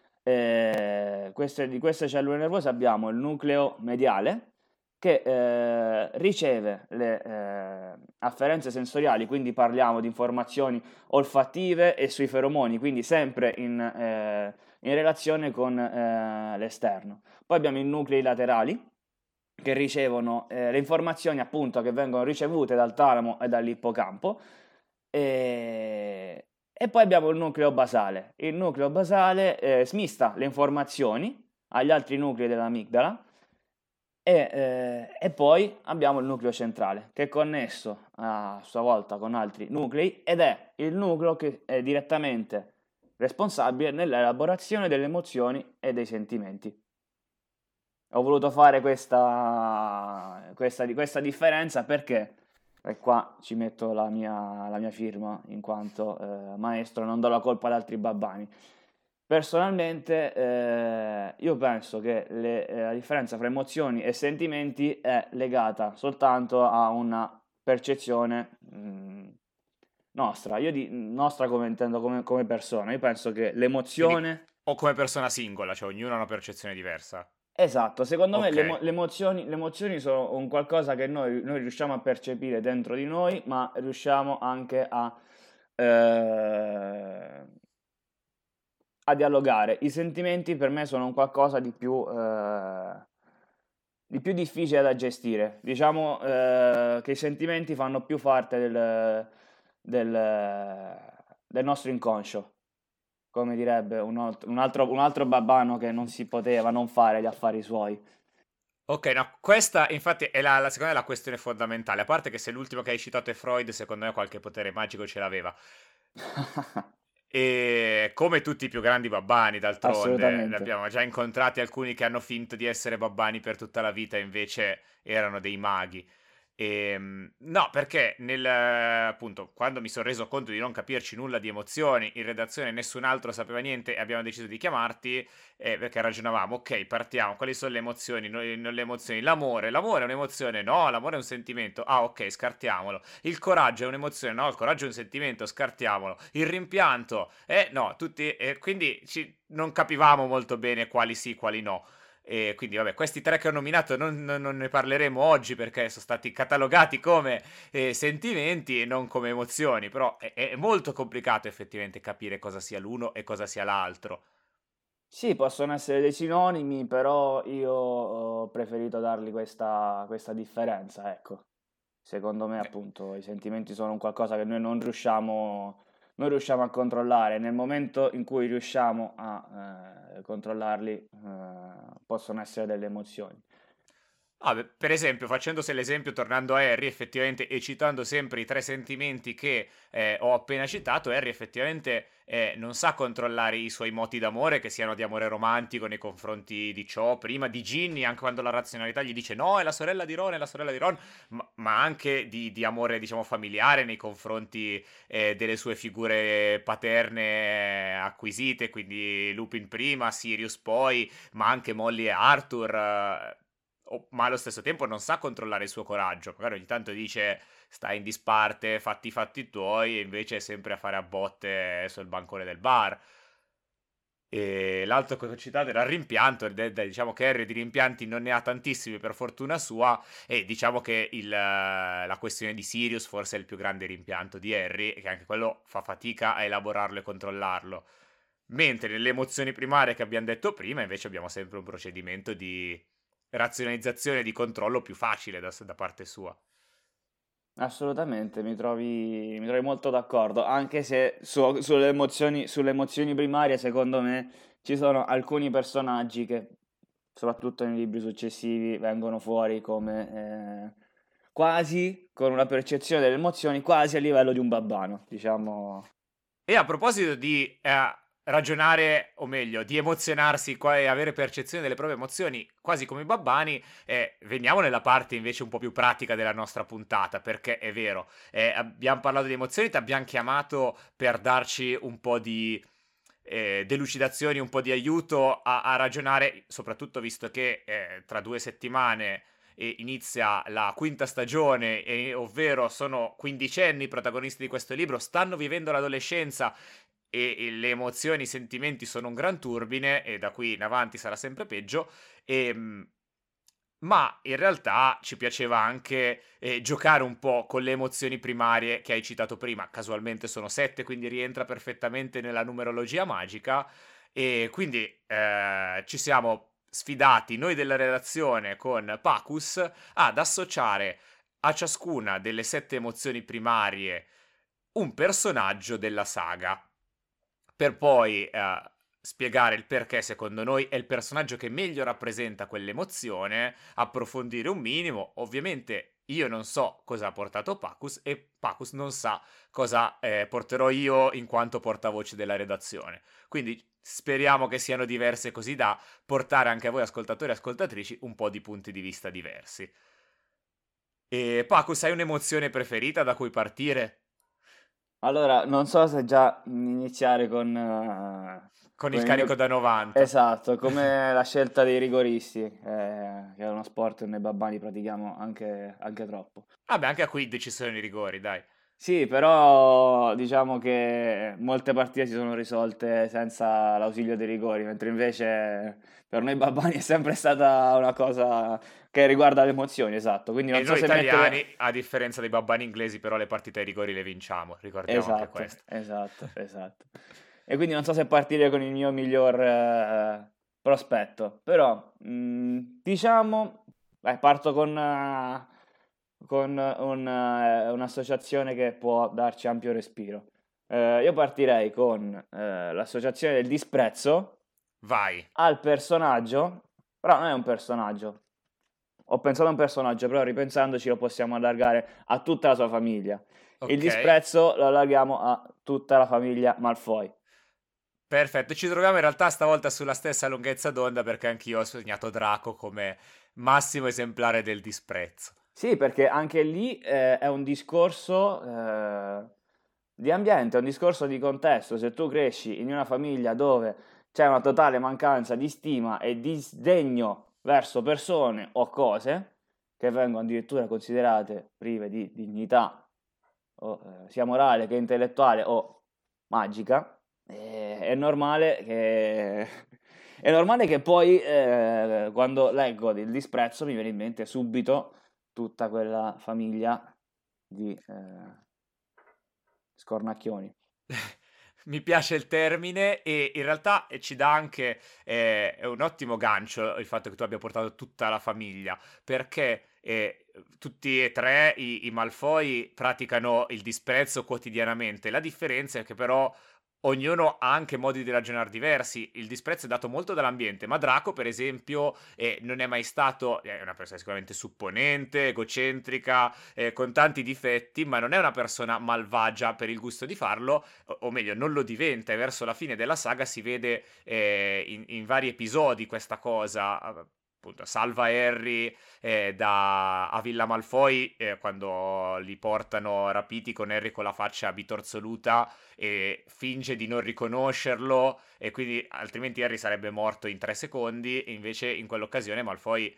Eh, queste, di queste cellule nervose abbiamo il nucleo mediale che eh, riceve le eh, afferenze sensoriali, quindi parliamo di informazioni olfattive e sui feromoni, quindi sempre in, eh, in relazione con eh, l'esterno. Poi abbiamo i nuclei laterali che ricevono eh, le informazioni appunto che vengono ricevute dal talamo e dall'ippocampo. E, e poi abbiamo il nucleo basale. Il nucleo basale eh, smista le informazioni agli altri nuclei dell'amigdala E, eh, e poi abbiamo il nucleo centrale, che è connesso a sua volta con altri nuclei ed è il nucleo che è direttamente responsabile nell'elaborazione delle emozioni e dei sentimenti. Ho voluto fare questa, questa, questa differenza perché, e qua ci metto la mia, la mia firma in quanto eh, maestro, non do la colpa ad altri babbani. Personalmente eh, io penso che le, eh, la differenza fra emozioni e sentimenti è legata soltanto a una percezione mh, nostra, io di nostra come intendo come, come persona, io penso che l'emozione... Quindi, o come persona singola, cioè ognuno ha una percezione diversa. Esatto, secondo me Ok. le, emo- le emozioni, le emozioni sono un qualcosa che noi, noi riusciamo a percepire dentro di noi, ma riusciamo anche a, eh, a dialogare. I sentimenti per me sono un qualcosa di più, eh, di più difficile da gestire. Diciamo eh, che i sentimenti fanno più parte del, del, del nostro inconscio. Come direbbe un altro, un, altro, un altro babbano che non si poteva non fare gli affari suoi. Ok, no, questa infatti è la, la seconda è la questione fondamentale, a parte che se l'ultimo che hai citato è Freud, secondo me qualche potere magico ce l'aveva. E come tutti i più grandi babbani, d'altronde, ne Assolutamente. abbiamo già incontrati alcuni che hanno finto di essere babbani per tutta la vita e invece erano dei maghi. E, no, perché nel, appunto, quando mi sono reso conto di non capirci nulla di emozioni, in redazione nessun altro sapeva niente e abbiamo deciso di chiamarti, eh, perché ragionavamo, ok, partiamo, quali sono le emozioni? Noi, non le emozioni, l'amore, l'amore è un'emozione, no, l'amore è un sentimento, ah ok, scartiamolo. Il coraggio è un'emozione, no, il coraggio è un sentimento, scartiamolo. Il rimpianto, eh no, tutti, eh, quindi ci, non capivamo molto bene quali sì, quali no. E quindi, vabbè, questi tre che ho nominato non, non- non ne parleremo oggi perché sono stati catalogati come eh, sentimenti e non come emozioni. Però è, è molto complicato effettivamente capire cosa sia l'uno e cosa sia l'altro. Sì, possono essere dei sinonimi, però io ho preferito dargli questa, questa differenza, ecco. Secondo me, Eh, appunto, i sentimenti sono un qualcosa che noi non riusciamo, non riusciamo a controllare. Nel momento in cui riusciamo a eh, controllarli, eh, possono essere delle emozioni. Ah, beh, per esempio, facendo se l'esempio, tornando a Harry, effettivamente, e citando sempre i tre sentimenti che eh, ho appena citato, Harry effettivamente eh, non sa controllare i suoi moti d'amore, che siano di amore romantico nei confronti di Cho, prima di Ginny, anche quando la razionalità gli dice no, è la sorella di Ron, è la sorella di Ron, ma, ma anche di, di amore, diciamo, familiare nei confronti eh, delle sue figure paterne eh, acquisite, quindi Lupin prima, Sirius poi, ma anche Molly e Arthur... eh, o- ma allo stesso tempo non sa controllare il suo coraggio. Magari ogni tanto dice stai in disparte, fatti i fatti tuoi, e invece è sempre a fare a botte sul bancone del bar. E l'altro che ho citato era il rimpianto, ed è- diciamo che Harry di rimpianti non ne ha tantissimi per fortuna sua, e diciamo che il, eh, la questione di Sirius forse è il più grande rimpianto di Harry, e che anche quello fa fatica a elaborarlo e controllarlo. Mentre nelle emozioni primarie che abbiamo detto prima, invece abbiamo sempre un procedimento di razionalizzazione e di controllo più facile da, da parte sua. Assolutamente, mi trovi, mi trovi molto d'accordo, anche se su- sulle emozioni, sulle emozioni primarie, secondo me, ci sono alcuni personaggi che, soprattutto nei libri successivi, vengono fuori come eh, quasi con una percezione delle emozioni quasi a livello di un babbano, diciamo. E a proposito di eh, ragionare, o meglio, di emozionarsi qua e avere percezione delle proprie emozioni, quasi come i babbani, eh, veniamo nella parte invece un po' più pratica della nostra puntata, perché è vero, eh, abbiamo parlato di emozioni, ti abbiamo chiamato per darci un po' di eh, delucidazioni, un po' di aiuto a, a ragionare, soprattutto visto che eh, tra due settimane e inizia la quinta stagione, e- ovvero sono quindicenni i protagonisti di questo libro, stanno vivendo l'adolescenza e, e le emozioni, i sentimenti sono un gran turbine e da qui in avanti sarà sempre peggio. E, mh, ma in realtà ci piaceva anche eh, giocare un po' con le emozioni primarie che hai citato prima. Casualmente sono sette, quindi rientra perfettamente nella numerologia magica. E quindi eh, ci siamo sfidati noi della redazione con Pacus ad associare a ciascuna delle sette emozioni primarie un personaggio della saga, per poi eh, spiegare il perché secondo noi è il personaggio che meglio rappresenta quell'emozione, approfondire un minimo. Ovviamente io non so cosa ha portato Pacus e Pacus non sa cosa eh, porterò io in quanto portavoce della redazione. Quindi speriamo che siano diverse così da portare anche a voi ascoltatori e ascoltatrici un po' di punti di vista diversi. E Pacus, hai un'emozione preferita da cui partire? Allora, non so se già iniziare con... eh, Con il con carico da novanta. Esatto, come la scelta dei rigoristi, eh, che è uno sport che noi babbani pratichiamo anche, anche troppo. Vabbè, anche a qui decisione di rigori, dai. Sì, però diciamo che molte partite si sono risolte senza l'ausilio dei rigori, mentre invece per noi babbani è sempre stata una cosa che riguarda le emozioni, esatto. Quindi non E so noi se italiani, mettere... a differenza dei babbani inglesi, però le partite ai rigori le vinciamo, ricordiamo anche Esatto, questo. esatto, esatto. E quindi non so se partire con il mio miglior eh, prospetto, però mh, diciamo, dai, parto con, eh, con un, eh, un'associazione che può darci ampio respiro. Eh, io partirei con eh, l'associazione del disprezzo Vai. al personaggio, però non è un personaggio. Ho pensato a un personaggio, però ripensandoci lo possiamo allargare a tutta la sua famiglia. Ok. Il disprezzo lo allarghiamo a tutta la famiglia Malfoy. Perfetto, ci troviamo in realtà stavolta sulla stessa lunghezza d'onda perché anch'io ho segnato Draco come massimo esemplare del disprezzo. Sì, perché anche lì eh, è un discorso eh, di ambiente, è un discorso di contesto. Se tu cresci in una famiglia dove c'è una totale mancanza di stima e di sdegno verso persone o cose che vengono addirittura considerate prive di dignità, o, eh, sia morale che intellettuale o magica, eh, è normale che... È normale che poi eh, quando leggo il disprezzo mi viene in mente subito tutta quella famiglia di eh, scornacchioni. Mi piace il termine e in realtà ci dà anche eh, è un ottimo gancio il fatto che tu abbia portato tutta la famiglia, perché eh, tutti e tre i, i Malfoy praticano il disprezzo quotidianamente. La differenza è che però ognuno ha anche modi di ragionare diversi. Il disprezzo è dato molto dall'ambiente, ma Draco, per esempio, eh, non è mai stato. È una persona sicuramente supponente, egocentrica, eh, con tanti difetti, ma non è una persona malvagia per il gusto di farlo, o, o meglio, non lo diventa. E verso la fine della saga si vede eh, in, in vari episodi questa cosa. Appunto, salva Harry eh, da, a Villa Malfoy eh, quando li portano rapiti con Harry con la faccia bitorzoluta e finge di non riconoscerlo e quindi altrimenti Harry sarebbe morto in tre secondi e invece in quell'occasione Malfoy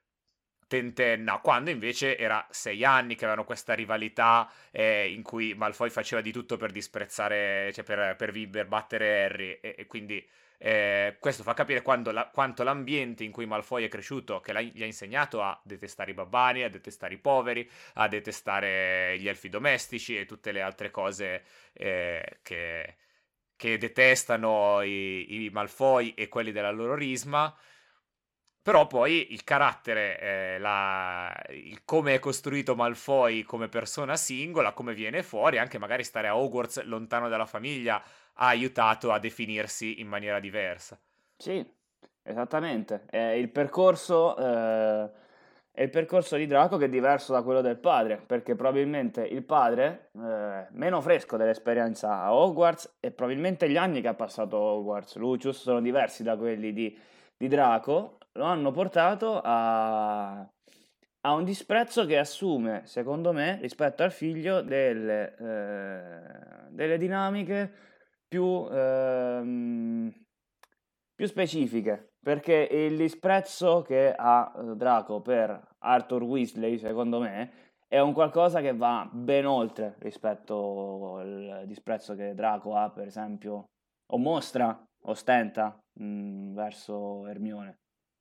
tentenna, quando invece era sei anni che avevano questa rivalità eh, in cui Malfoy faceva di tutto per disprezzare, cioè per, per, per battere Harry e, e quindi eh, questo fa capire la, quanto l'ambiente in cui Malfoy è cresciuto, che gli ha insegnato a detestare i babbani, a detestare i poveri, a detestare gli elfi domestici e tutte le altre cose eh, che, che detestano i, i Malfoy e quelli della loro risma. Però poi il carattere, eh, la, il come è costruito Malfoy come persona singola, come viene fuori, anche magari stare a Hogwarts lontano dalla famiglia, ha aiutato a definirsi in maniera diversa. Sì, esattamente. È il percorso, eh, è il percorso di Draco che è diverso da quello del padre, perché probabilmente il padre, eh, meno fresco dell'esperienza a Hogwarts, e probabilmente gli anni che ha passato a Hogwarts, Lucius, sono diversi da quelli di, di Draco, lo hanno portato a, a un disprezzo che assume, secondo me, rispetto al figlio, delle, eh, delle dinamiche più, ehm, più specifiche, perché il disprezzo che ha Draco per Arthur Weasley, secondo me, è un qualcosa che va ben oltre rispetto al disprezzo che Draco ha, per esempio, o mostra, ostenta mh, verso Hermione.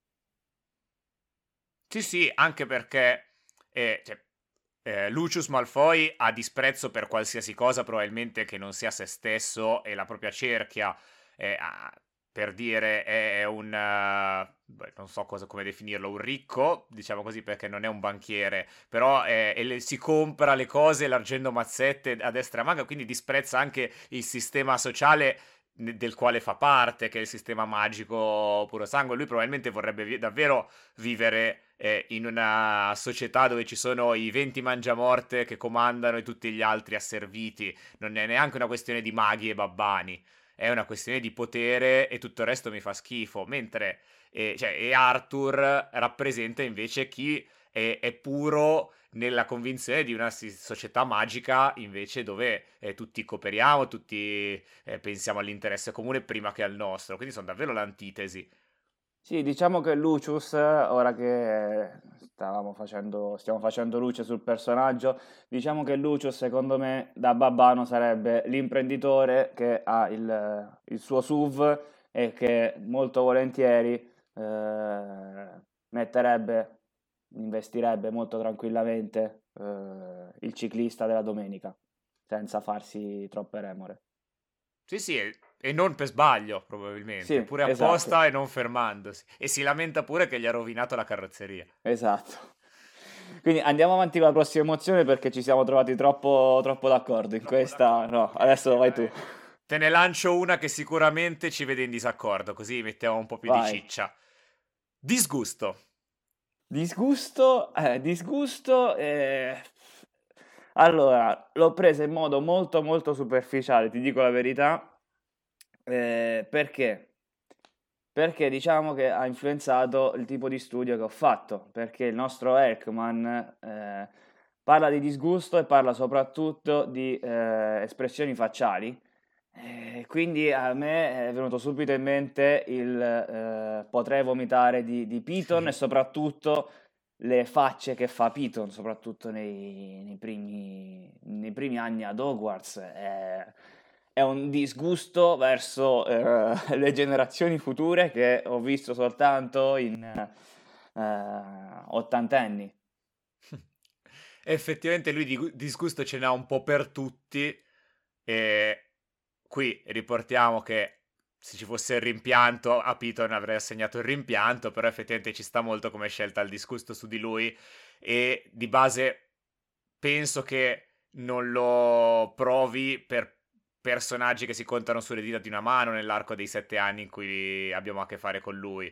Sì, sì, anche perché eh, cioè, eh, Lucius Malfoy ha disprezzo per qualsiasi cosa, probabilmente che non sia se stesso e la propria cerchia. Eh, per dire, è un uh, non so cosa, come definirlo, un ricco, diciamo così, perché non è un banchiere, però è, è, si compra le cose elargendo mazzette a destra e a manca, quindi disprezza anche il sistema sociale ne- del quale fa parte, che è il sistema magico puro sangue. Lui probabilmente vorrebbe vi- davvero vivere eh, in una società dove ci sono i venti mangiamorte che comandano e tutti gli altri asserviti. Non è neanche una questione di maghi e babbani, è una questione di potere e tutto il resto mi fa schifo. Mentre eh, cioè, e Arthur rappresenta invece chi è, è puro nella convinzione di una si- società magica invece dove eh, tutti cooperiamo, tutti eh, pensiamo all'interesse comune prima che al nostro. Quindi sono davvero l'antitesi. Sì, diciamo che Lucius, ora che stavamo facendo, stiamo facendo luce sul personaggio, diciamo che Lucius, secondo me, da babbano sarebbe l'imprenditore che ha il, il suo S U V e che molto volentieri eh, metterebbe, investirebbe molto tranquillamente eh, il ciclista della domenica, senza farsi troppe remore. Sì, sì, e, e non per sbaglio, probabilmente, Sì, pure esatto. apposta e non fermandosi. E si lamenta pure che gli ha rovinato la carrozzeria. Esatto. Quindi andiamo avanti con la prossima emozione perché ci siamo trovati troppo, troppo d'accordo in questa. No, adesso vai tu. Te ne lancio una che sicuramente ci vede in disaccordo, così mettiamo un po' più Vai. di ciccia. Disgusto. Disgusto, eh, disgusto. eh, Allora, l'ho presa in modo molto molto superficiale, ti dico la verità. Eh, perché? Perché diciamo che ha influenzato il tipo di studio che ho fatto, perché il nostro Erkman eh, parla di disgusto e parla soprattutto di eh, espressioni facciali. Eh, quindi a me è venuto subito in mente il eh, potrei vomitare di, di Piton e soprattutto le facce che fa Piton, soprattutto nei, nei primi, nei primi anni ad Hogwarts. È, è un disgusto verso eh, le generazioni future che ho visto soltanto in eh, ottantenni. Effettivamente lui di gu- disgusto ce n'ha un po' per tutti. E qui riportiamo che se ci fosse il rimpianto a Piton avrei assegnato il rimpianto, però effettivamente ci sta molto come scelta il disgusto su di lui e di base penso che non lo provi per personaggi che si contano sulle dita di una mano nell'arco dei sette anni in cui abbiamo a che fare con lui.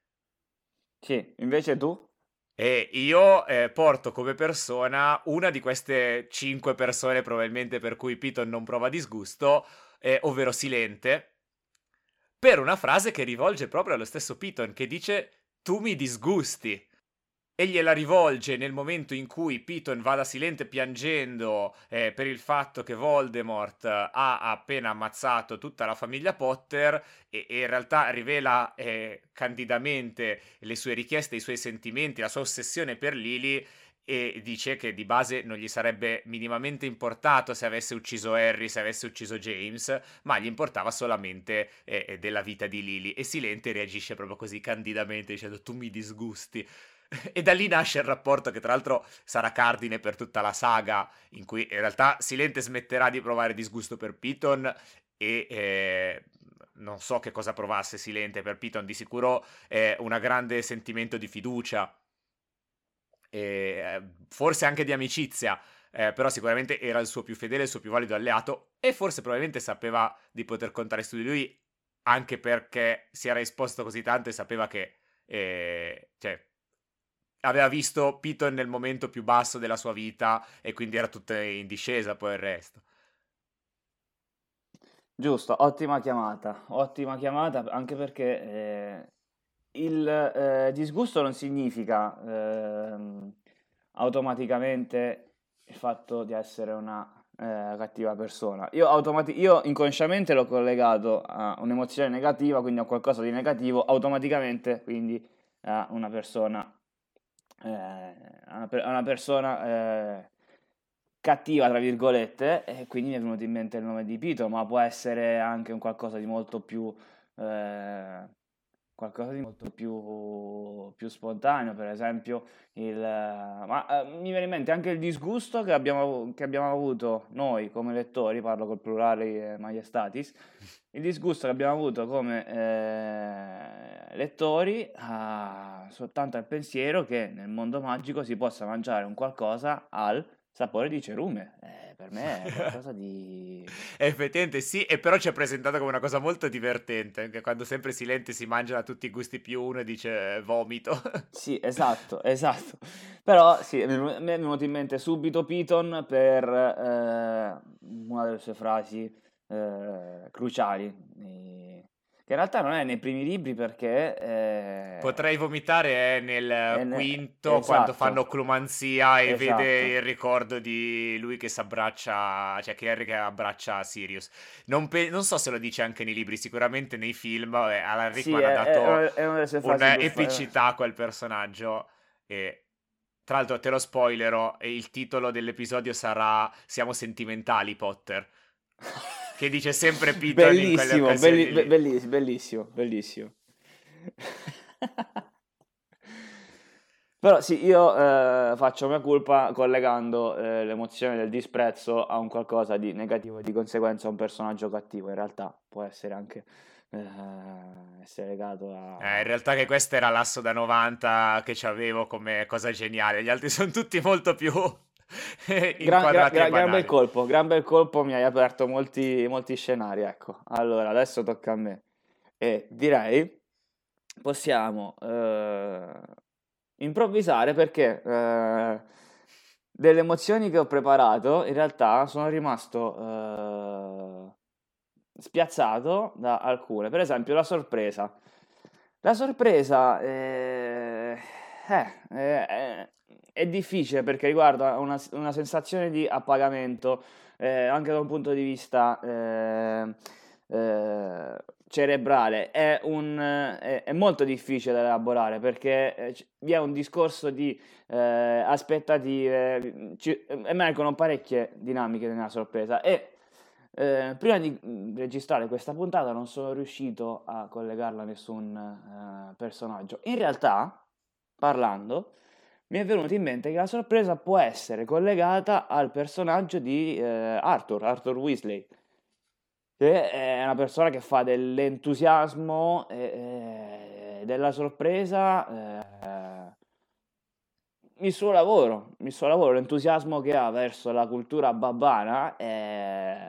Sì, invece tu? E io eh, porto come persona una di queste cinque persone probabilmente per cui Piton non prova disgusto, eh, ovvero Silente, per una frase che rivolge proprio allo stesso Piton, che dice tu mi disgusti. E gliela rivolge nel momento in cui Piton va da Silente piangendo eh, per il fatto che Voldemort ha appena ammazzato tutta la famiglia Potter e, e in realtà rivela eh, candidamente le sue richieste, i suoi sentimenti, la sua ossessione per Lily e dice che di base non gli sarebbe minimamente importato se avesse ucciso Harry, se avesse ucciso James, ma gli importava solamente eh, della vita di Lily e Silente reagisce proprio così candidamente dicendo tu mi disgusti. E da lì nasce il rapporto che tra l'altro sarà cardine per tutta la saga, in cui in realtà Silente smetterà di provare disgusto per Piton e eh, non so che cosa provasse Silente per Piton, di sicuro è un grande sentimento di fiducia, e, eh, forse anche di amicizia, eh, però sicuramente era il suo più fedele, il suo più valido alleato e forse probabilmente sapeva di poter contare su di lui anche perché si era esposto così tanto e sapeva che eh, cioè aveva visto Piton nel momento più basso della sua vita e quindi era tutto in discesa poi il resto. Giusto, ottima chiamata, ottima chiamata anche perché eh, il eh, disgusto non significa ehm, automaticamente il fatto di essere una eh, cattiva persona. Io, automati- io inconsciamente l'ho collegato a un'emozione negativa, quindi a qualcosa di negativo, automaticamente quindi a una persona eh, a una, per- a una persona eh, cattiva, tra virgolette, e quindi mi è venuto in mente il nome di Pito, ma può essere anche un qualcosa di molto più eh, qualcosa di molto più, più spontaneo, per esempio il ma eh, mi viene in mente anche il disgusto che abbiamo, che abbiamo avuto noi come lettori, parlo col plurale eh, maiestatis, il disgusto che abbiamo avuto come eh, lettori ah, soltanto al pensiero che nel mondo magico si possa mangiare un qualcosa al sapore di cerume. Eh, per me è qualcosa di... Effettivamente sì, e però ci è presentato come una cosa molto divertente, anche quando sempre Silente si mangia da tutti i gusti più uno e dice eh, vomito. Sì, esatto, esatto. Però sì, mi è venu- mi è venuto in mente subito Piton per eh, una delle sue frasi eh, cruciali, eh, che in realtà non è nei primi libri perché... eh, Potrei vomitare è nel è ne- quinto quando esatto, fanno occlumanzia e esatto. vede il ricordo di lui che si abbraccia, cioè che Harry che abbraccia Sirius. Non, pe- non so se lo dice anche nei libri, sicuramente nei film. eh, Alan Sì, Rickman ha è, dato è- è una delle sue frasi più fa- un'epicità a quel personaggio. E tra l'altro te lo spoilerò, e il titolo dell'episodio sarà Siamo sentimentali, Potter. Che dice sempre Piton in quelle Bellissimo, occasioni belli- be- lì. belliss- bellissimo, bellissimo. Però sì, io eh, faccio mia colpa collegando eh, l'emozione del disprezzo a un qualcosa di negativo e di conseguenza a un personaggio cattivo. In realtà può essere anche eh, essere legato a... Eh, in realtà che questo era l'asso da novanta che c'avevo come cosa geniale, gli altri sono tutti molto più Gran, gra- inquadrati gra- e gran bel banali. colpo, gran bel colpo, mi hai aperto molti, molti scenari, ecco. Allora, adesso tocca a me. E direi, possiamo eh, improvvisare perché eh, delle emozioni che ho preparato, in realtà sono rimasto eh, spiazzato da alcune. Per esempio, la sorpresa. La sorpresa eh, eh, eh, eh, è difficile perché riguarda una, una sensazione di appagamento, eh, anche da un punto di vista eh, eh, cerebrale. È, un, è, è molto difficile da elaborare perché eh, c- vi è un discorso di eh, aspettative, ci, emergono parecchie dinamiche nella sorpresa e eh, prima di mm, registrare questa puntata non sono riuscito a collegarla a nessun eh, personaggio. In realtà, parlando, mi è venuto in mente che la sorpresa può essere collegata al personaggio di eh, Arthur, Arthur Weasley, che è una persona che fa dell'entusiasmo e eh, della sorpresa eh, il suo lavoro, il suo lavoro, l'entusiasmo che ha verso la cultura babbana è,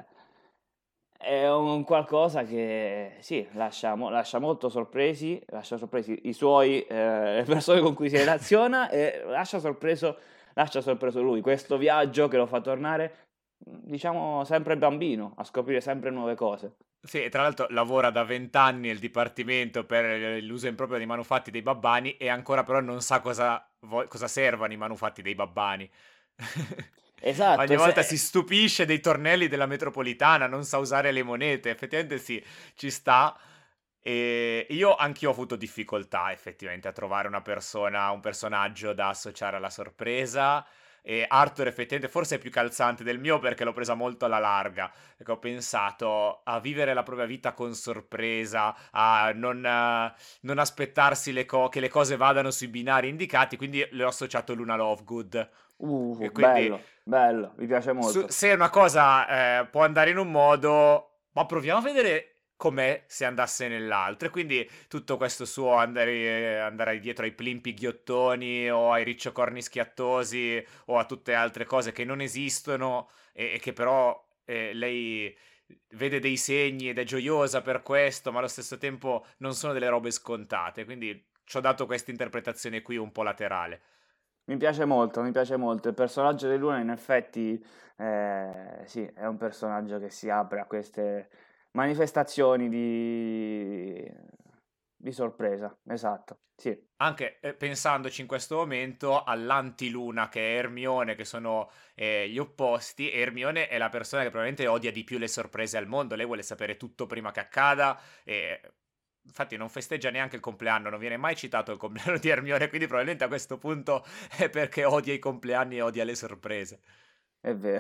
è un qualcosa che sì, lascia, mo- lascia molto sorpresi, lascia sorpresi i suoi, eh, le persone con cui si relaziona e lascia sorpreso, lascia sorpreso lui. Questo viaggio che lo fa tornare, diciamo, sempre bambino, a scoprire sempre nuove cose. Sì, e tra l'altro lavora da vent'anni nel dipartimento per l'uso improprio dei manufatti dei babbani e ancora però non sa cosa, vo- cosa servano i manufatti dei babbani. Esatto, Ogni se- volta si stupisce dei tornelli della metropolitana, non sa usare le monete, effettivamente sì, ci sta. E io anch'io ho avuto difficoltà effettivamente a trovare una persona, un personaggio da associare alla sorpresa. E Arthur effettivamente forse è più calzante del mio perché l'ho presa molto alla larga, perché ho pensato a vivere la propria vita con sorpresa, a non, eh, non aspettarsi le co- che le cose vadano sui binari indicati, quindi le ho associato Luna Lovegood. Uh, E quindi bello, bello, mi piace su- molto. se una cosa eh, può andare in un modo, ma proviamo a vedere com'è se andasse nell'altro. E quindi tutto questo suo andare, eh, andare dietro ai plimpi ghiottoni o ai ricciocorni schiattosi o a tutte altre cose che non esistono e, e che però eh, lei vede dei segni ed è gioiosa per questo, ma allo stesso tempo non sono delle robe scontate. Quindi ci ho dato questa interpretazione qui un po' laterale. Mi piace molto, mi piace molto. Il personaggio di Luna, in effetti, eh, sì, è un personaggio che si apre a queste manifestazioni di, di sorpresa. Esatto, sì. Anche eh, pensandoci in questo momento all'anti-Luna che è Hermione, che sono eh, gli opposti, e Hermione è la persona che probabilmente odia di più le sorprese al mondo, lei vuole sapere tutto prima che accada, e infatti non festeggia neanche il compleanno, non viene mai citato il compleanno di Hermione, quindi probabilmente a questo punto è perché odia i compleanni e odia le sorprese. È vero.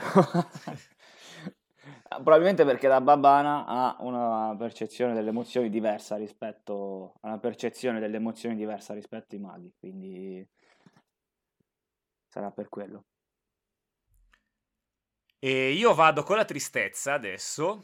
Probabilmente perché la Babana ha una percezione delle emozioni diversa rispetto a una percezione delle emozioni diversa rispetto ai maghi, quindi sarà per quello. E io vado con la tristezza adesso.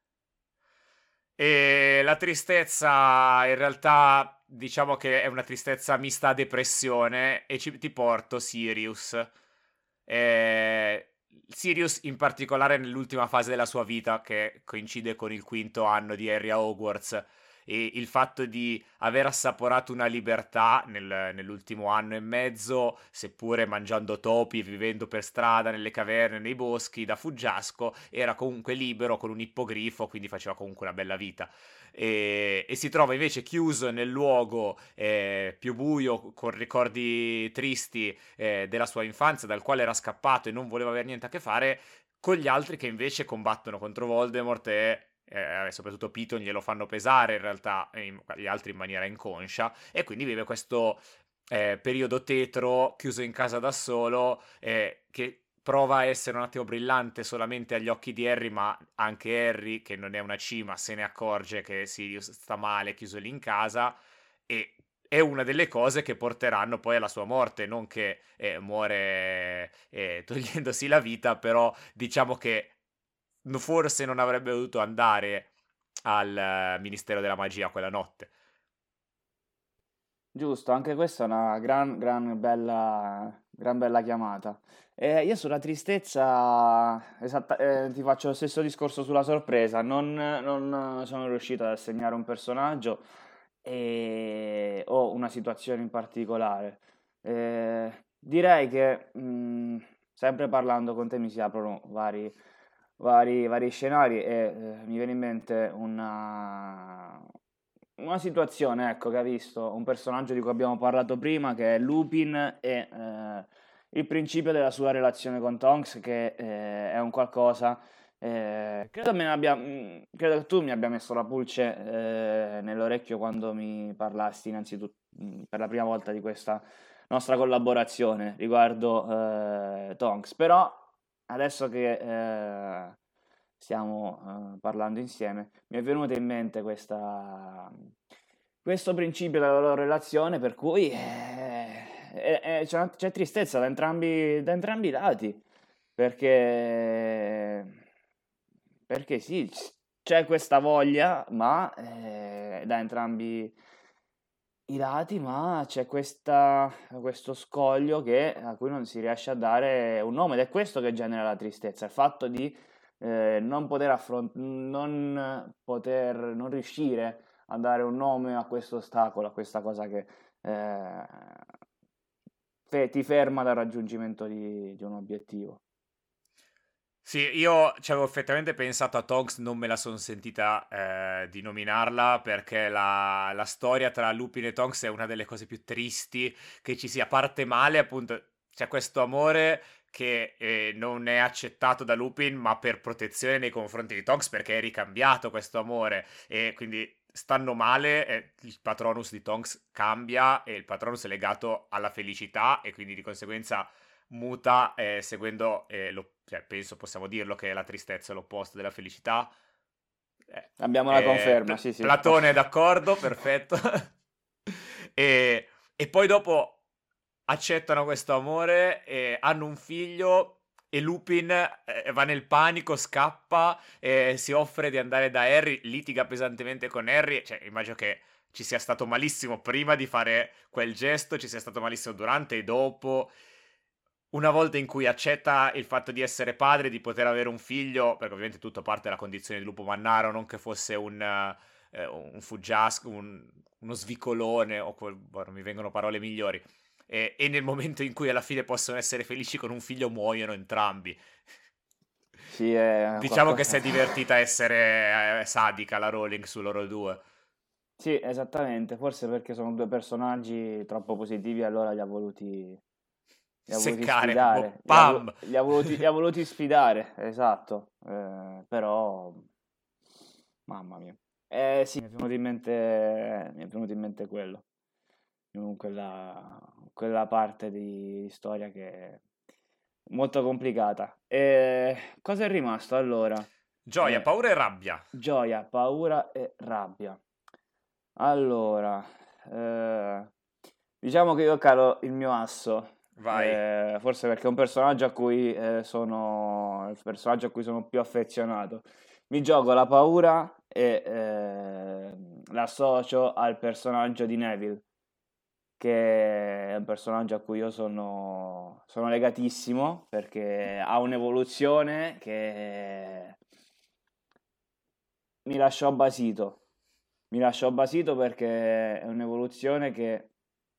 E la tristezza in realtà diciamo che è una tristezza mista a depressione e ci- ti porto Sirius. eh, Sirius in particolare nell'ultima fase della sua vita, che coincide con il quinto anno di Harry a Hogwarts, e il fatto di aver assaporato una libertà nel- nell'ultimo anno e mezzo, seppure mangiando topi, vivendo per strada, nelle caverne, nei boschi, da fuggiasco, era comunque libero con un ippogrifo, quindi faceva comunque una bella vita. E, e si trova invece chiuso nel luogo eh, più buio, con ricordi tristi eh, della sua infanzia, dal quale era scappato e non voleva avere niente a che fare, con gli altri che invece combattono contro Voldemort e eh, soprattutto Piton glielo fanno pesare in realtà, e in- gli altri in maniera inconscia, e quindi vive questo eh, periodo tetro, chiuso in casa da solo, eh, che prova a essere un attimo brillante solamente agli occhi di Harry, ma anche Harry, che non è una cima, se ne accorge che Sirius sta male, chiuso lì in casa, e è una delle cose che porteranno poi alla sua morte, non che eh, muore eh, togliendosi la vita, però diciamo che no- forse non avrebbe dovuto andare al eh, Ministero della Magia quella notte. Giusto, anche questa è una gran, gran bella, gran bella chiamata. Eh, io sulla tristezza, esatta- eh, ti faccio lo stesso discorso sulla sorpresa. Non, non sono riuscito ad assegnare un personaggio e- o una situazione in particolare. Eh, direi che, mh, sempre parlando con te, mi si aprono vari, vari, vari scenari e eh, mi viene in mente una, una situazione, ecco, che ha visto un personaggio di cui abbiamo parlato prima, che è Lupin, e eh, il principio della sua relazione con Tonks, che eh, è un qualcosa. Eh, credo, me ne abbia, mh, credo che tu mi abbia messo la pulce eh, nell'orecchio quando mi parlasti innanzitutto mh, per la prima volta di questa nostra collaborazione riguardo eh, Tonks. Però adesso che eh, stiamo eh, parlando insieme, mi è venuta in mente questa, questo principio della loro relazione, per cui eh, eh, eh, c'è, una- c'è tristezza da entrambi, da entrambi i lati, perché, perché sì, c- c'è questa voglia, ma eh, da entrambi i lati, ma c'è questa, questo scoglio che, a cui non si riesce a dare un nome, ed è questo che genera la tristezza, il fatto di eh, non poter affrontare, non poter, non riuscire a dare un nome a questo ostacolo, a questa cosa che eh, fe- ti ferma dal raggiungimento di, di un obiettivo. Sì, io ci avevo effettivamente pensato a Tonks, non me la sono sentita eh, di nominarla perché la, la storia tra Lupin e Tonks è una delle cose più tristi che ci sia. Parte male, appunto, c'è questo amore che eh, non è accettato da Lupin, ma per protezione nei confronti di Tonks, perché è ricambiato questo amore, e quindi stanno male, e il Patronus di Tonks cambia e il Patronus è legato alla felicità e quindi di conseguenza muta eh, seguendo, eh, lo- cioè, penso possiamo dirlo che la tristezza è l'opposto della felicità. Eh, Abbiamo la eh, conferma, Pla- sì, sì. Platone è d'accordo, perfetto. e, e poi dopo accettano questo amore, e hanno un figlio e Lupin eh, va nel panico, scappa, e si offre di andare da Harry, litiga pesantemente con Harry, cioè immagino che ci sia stato malissimo prima di fare quel gesto, ci sia stato malissimo durante e dopo. Una volta in cui accetta il fatto di essere padre, di poter avere un figlio, perché ovviamente tutto parte dalla condizione di lupo mannaro, non che fosse un, eh, un fuggiasco, un- uno svicolone, o quel- boh, non mi vengono parole migliori. E, e nel momento in cui alla fine possono essere felici con un figlio, muoiono entrambi. Sì, è Diciamo che si qualcosa. è divertita a essere eh, sadica la Rowling su loro due. Sì, esattamente, forse perché sono due personaggi troppo positivi, allora li ha voluti, li ha voluti Seccare, proprio sfidare, li ha, vo- pam! li ha voluti, li ha voluti sfidare, esatto. Eh, però, mamma mia. Eh sì, mi è venuto in mente, mi è venuto in mente quello, in quella, quella parte di storia che è molto complicata. E cosa è rimasto allora? Gioia, Eh, paura e rabbia. gioia, paura e rabbia. Allora, eh, diciamo che io calo il mio asso, Vai. eh, forse perché è un personaggio a cui eh, sono il personaggio a cui sono più affezionato. Mi gioco la paura e eh, l'associo al personaggio di Neville. che è un personaggio a cui io sono, sono legatissimo, perché ha un'evoluzione che mi lasciò basito. Mi lasciò basito perché è un'evoluzione che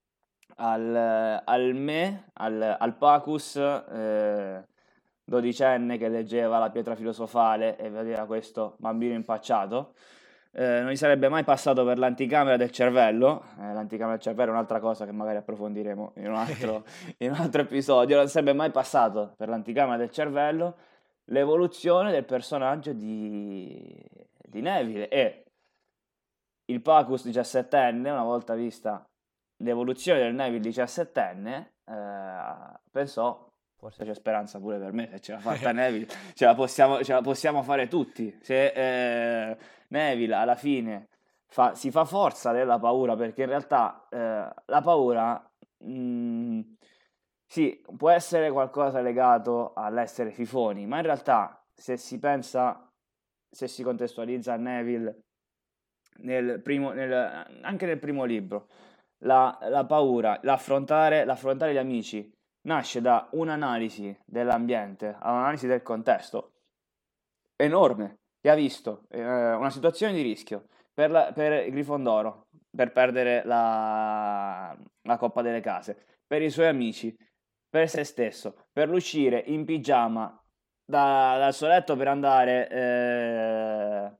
al, al me, al, al Pacus, eh, dodicenne che leggeva la pietra filosofale e vedeva questo bambino impacciato, eh, non gli sarebbe mai passato per l'anticamera del cervello. Eh, l'anticamera del cervello è un'altra cosa che magari approfondiremo in un altro, in un altro episodio. Non sarebbe mai passato per l'anticamera del cervello l'evoluzione del personaggio di, di Neville, e il Pacus diciassettenne, una volta vista l'evoluzione del Neville diciassettenne, eh, pensò, forse c'è speranza pure per me, se ce l'ha fatta Neville, ce la possiamo, ce la possiamo fare tutti. Se eh, Neville alla fine fa, si fa forza della paura, perché in realtà eh, la paura mh, sì, può essere qualcosa legato all'essere fifoni, ma in realtà se si pensa, se si contestualizza Neville nel primo, nel, anche nel primo libro, la, la paura, l'affrontare, l'affrontare gli amici nasce da un'analisi dell'ambiente, un'analisi del contesto enorme, che ha visto eh, una situazione di rischio per, la, per il Grifondoro, per perdere la, la Coppa delle Case, per i suoi amici, per se stesso, per l'uscire in pigiama da, dal suo letto per andare eh,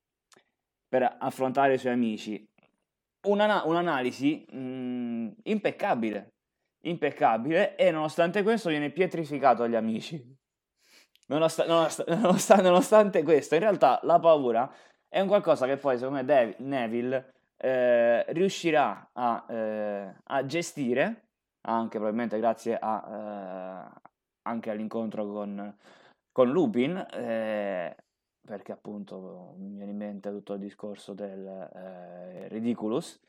per affrontare i suoi amici. Una, un'analisi mh, impeccabile, impeccabile, e nonostante questo viene pietrificato agli amici. Nonost- nonost- nonost- nonostante questo, in realtà la paura è un qualcosa che poi, secondo me, Dev- Neville eh, riuscirà a, eh, a gestire, anche probabilmente grazie a, eh, anche all'incontro con, con Lupin, eh, perché appunto mi viene in mente tutto il discorso del eh, Ridiculous,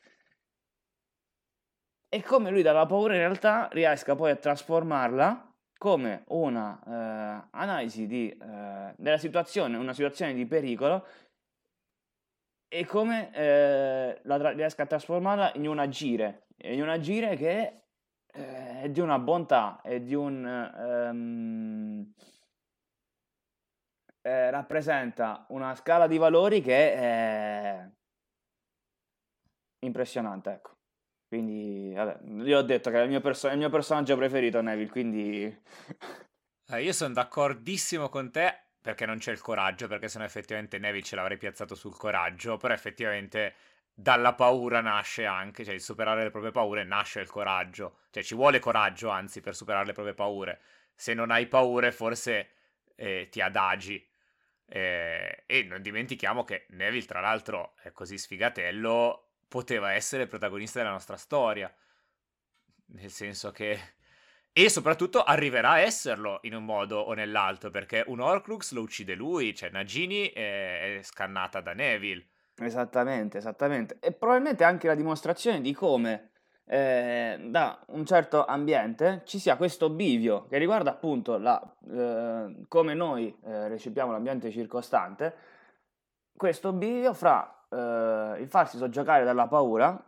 e come lui dalla paura in realtà riesca poi a trasformarla come una eh, analisi di, eh, della situazione, una situazione di pericolo, e come eh, la tra- riesca a trasformarla in un agire, in un agire che eh, è di una bontà e di un... ehm, eh, rappresenta una scala di valori che è impressionante, ecco. Quindi, vabbè, io ho detto che è il mio, perso- è il mio personaggio preferito, Neville, quindi... Eh, io sono d'accordissimo con te, perché non c'è il coraggio, perché sennò effettivamente Neville ce l'avrei piazzato sul coraggio, però effettivamente dalla paura nasce anche, cioè il superare le proprie paure nasce il coraggio, cioè ci vuole coraggio anzi per superare le proprie paure. Se non hai paure forse eh, ti adagi. Eh, e non dimentichiamo che Neville, tra l'altro, è così sfigatello, poteva essere il protagonista della nostra storia. Nel senso che... E soprattutto arriverà a esserlo in un modo o nell'altro, perché un Horcrux lo uccide lui, cioè Nagini è, è scannata da Neville. Esattamente, esattamente. E probabilmente anche la dimostrazione di come eh, da un certo ambiente ci sia questo bivio che riguarda appunto la, eh, come noi eh, recepiamo l'ambiente circostante, questo bivio fra eh, il farsi soggiogare dalla paura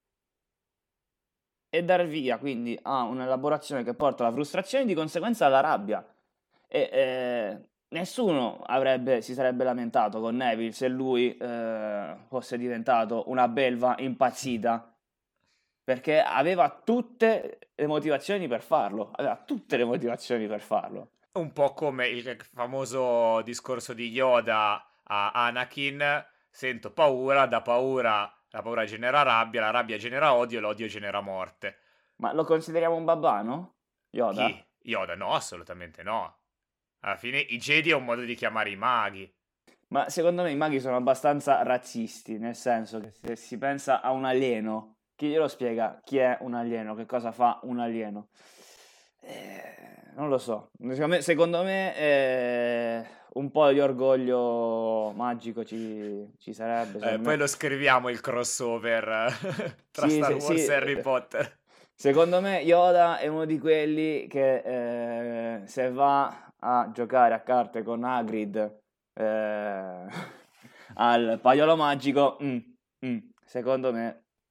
e dar via quindi a un'elaborazione che porta alla frustrazione e di conseguenza alla rabbia. E eh, nessuno avrebbe, si sarebbe lamentato con Neville se lui eh, fosse diventato una belva impazzita, perché aveva tutte le motivazioni per farlo, aveva tutte le motivazioni per farlo. Un po' come il famoso discorso di Yoda a Anakin: sento paura, da paura, la paura genera rabbia, la rabbia genera odio, l'odio genera morte. Ma lo consideriamo un babbano? Yoda? Chi? Yoda? No, assolutamente no. Alla fine i Jedi è un modo di chiamare i maghi. Ma secondo me i maghi sono abbastanza razzisti, nel senso che se si pensa a un alieno, chi glielo spiega chi è un alieno, che cosa fa un alieno? Eh, non lo so, secondo me, secondo me eh, un po' di orgoglio magico ci, ci sarebbe. Eh, Me. poi lo scriviamo il crossover tra sì, Star sì, Wars sì. e Harry Potter. Secondo me Yoda è uno di quelli che eh, se va a giocare a carte con Hagrid eh, al paiolo magico, mm, mm, secondo me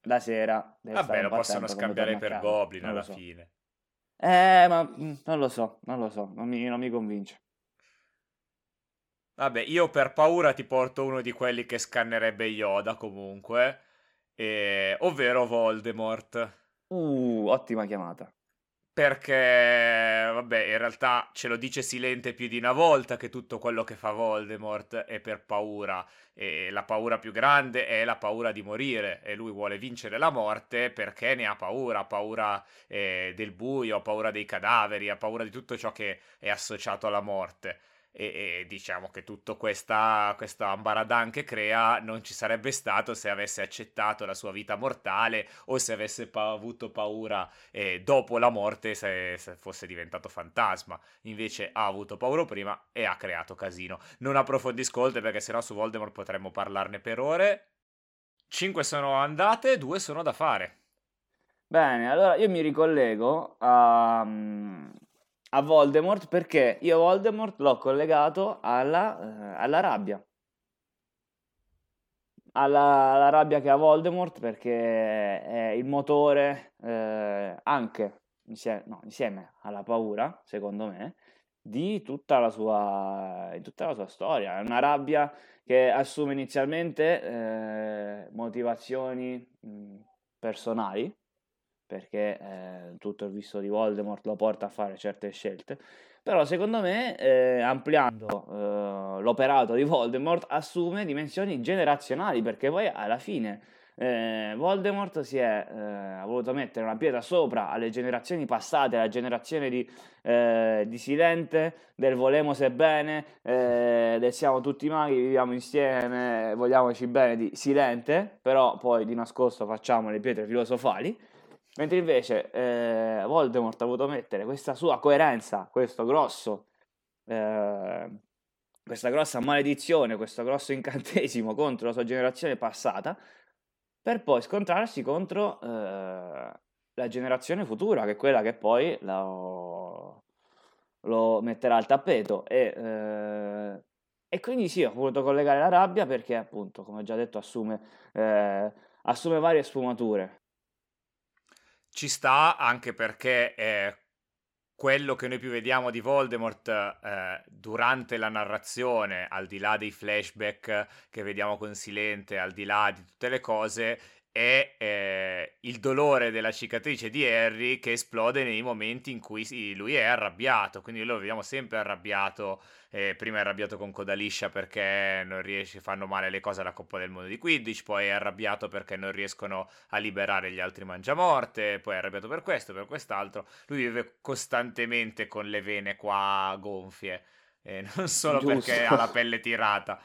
la sera deve Vabbè, stare lo un po' possono attento come scambiare torna a per casa. Goblin Non lo alla so. fine. Eh, ma mm, non lo so, non lo so, non mi, non mi convince. Vabbè, io per paura ti porto uno di quelli che scannerebbe Yoda comunque, eh, ovvero Voldemort. Uh, ottima chiamata. Perché, vabbè, in realtà ce lo dice Silente più di una volta che tutto quello che fa Voldemort è per paura. E la paura più grande è la paura di morire. E lui vuole vincere la morte perché ne ha paura. Ha paura eh, del buio, ha paura dei cadaveri, ha paura di tutto ciò che è associato alla morte. E, e diciamo che tutto questa, questa ambaradan che crea non ci sarebbe stato se avesse accettato la sua vita mortale o se avesse pa- avuto paura e dopo la morte se, se fosse diventato fantasma. Invece ha avuto paura prima e ha creato casino. Non approfondisco oltre perché sennò su Voldemort potremmo parlarne per ore. Cinque sono andate, due sono da fare. Bene, allora io mi ricollego a, mm, a Voldemort perché io Voldemort l'ho collegato alla, eh, alla rabbia. Alla, alla rabbia che ha Voldemort perché è il motore eh, anche insieme, no, insieme alla paura, secondo me, di tutta la sua, di tutta la sua storia. È una rabbia che assume inizialmente eh, motivazioni mh, personali, perché eh, tutto il visto di Voldemort lo porta a fare certe scelte, però secondo me eh, ampliando eh, l'operato di Voldemort assume dimensioni generazionali, perché poi alla fine eh, Voldemort si è eh, ha voluto mettere una pietra sopra alle generazioni passate, alla generazione di, eh, di Silente, del volemose bene, eh, del siamo tutti maghi, viviamo insieme, vogliamoci bene di Silente, però poi di nascosto facciamo le pietre filosofali. Mentre invece eh, Voldemort ha voluto mettere questa sua coerenza, questo grosso, eh, questa grossa maledizione, questo grosso incantesimo contro la sua generazione passata, per poi scontrarsi contro eh, la generazione futura, che è quella che poi lo, lo metterà al tappeto. E, eh, e quindi sì, ho voluto collegare la rabbia perché appunto, come ho già detto, assume, eh, assume varie sfumature. Ci sta anche perché eh, quello che noi più vediamo di Voldemort eh, durante la narrazione, al di là dei flashback che vediamo con Silente, al di là di tutte le cose, è eh, il dolore della cicatrice di Harry che esplode nei momenti in cui si- lui è arrabbiato. Quindi lo vediamo sempre arrabbiato. Eh, prima è arrabbiato con Codaliscia perché non riesce, fanno male le cose alla Coppa del Mondo di Quidditch, poi è arrabbiato perché non riescono a liberare gli altri mangiamorte, poi è arrabbiato per questo, per quest'altro. Lui vive costantemente con le vene qua gonfie, eh, non solo Giusto. perché ha la pelle tirata.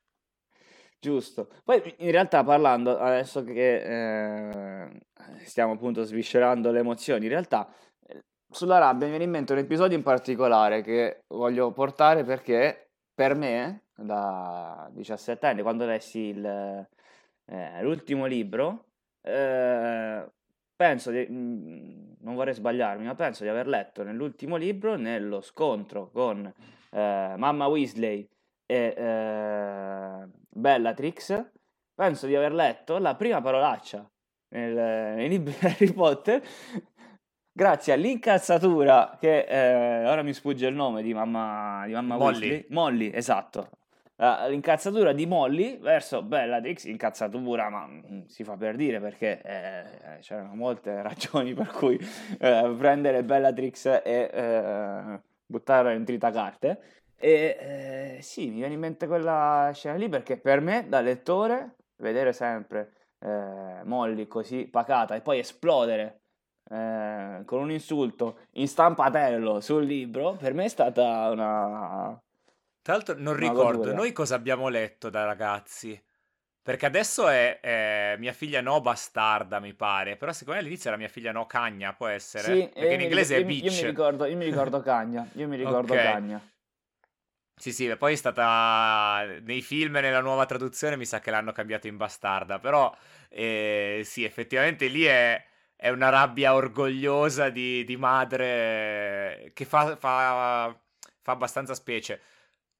Giusto. Poi in realtà parlando, adesso che eh, stiamo appunto sviscerando le emozioni, in realtà eh, sulla rabbia mi viene in mente un episodio in particolare che voglio portare perché per me, da diciassette anni, quando lessi il, eh, l'ultimo libro, eh, penso di, mh, non vorrei sbagliarmi, ma penso di aver letto nell'ultimo libro, nello scontro con eh, Mamma Weasley e eh, Bellatrix, penso di aver letto la prima parolaccia nel, nei libri di Harry Potter, grazie all'incazzatura che eh, ora mi sfugge il nome di mamma, di mamma Molly. Weasley. Molly, esatto. La- L'incazzatura di Molly verso Bellatrix, incazzatura, ma mm, si fa per dire perché eh, c'erano molte ragioni per cui eh, prendere Bellatrix e eh, buttarla in tritacarte. E eh, sì, mi viene in mente quella scena lì perché per me, da lettore, vedere sempre eh, Molly così pacata e poi esplodere eh, con un insulto in stampatello sul libro, per me è stata una... Tra l'altro non Una ricordo goduria. noi cosa abbiamo letto da ragazzi. Perché adesso è, è mia figlia no bastarda, mi pare. Però secondo me all'inizio era mia figlia no cagna, può essere? Sì, Perché eh, in mi- inglese è io, mi- io bitch. mi ricordo, io mi ricordo Cagna, io mi ricordo Ok. Cagna. Sì, sì, poi è stata nei film e nella nuova traduzione mi sa che l'hanno cambiato in bastarda, però eh, sì, effettivamente lì è, è una rabbia orgogliosa di, di madre che fa, fa, fa abbastanza specie.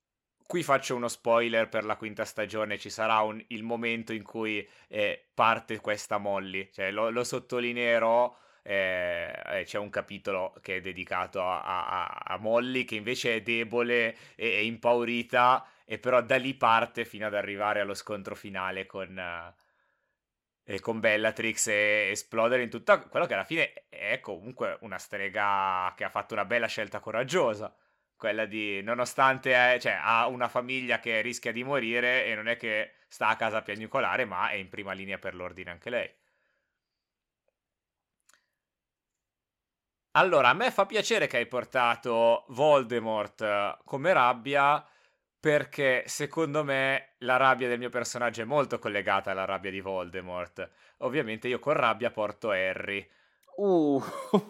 qui faccio uno spoiler per la quinta stagione, ci sarà un, il momento in cui eh, parte questa Molly, cioè lo, lo sottolineerò, eh, c'è un capitolo che è dedicato a, a, a Molly che invece è debole e, e impaurita, e però da lì parte fino ad arrivare allo scontro finale con... Uh, e con Bellatrix e esplodere in tutta quello che alla fine è comunque una strega che ha fatto una bella scelta coraggiosa, quella di, nonostante eh, cioè, ha una famiglia che rischia di morire e non è che sta a casa a piagnucolare, ma è in prima linea per l'ordine anche lei. Allora, a me fa piacere che hai portato Voldemort come rabbia, perché secondo me la rabbia del mio personaggio è molto collegata alla rabbia di Voldemort. Ovviamente io con rabbia porto Harry. Uh.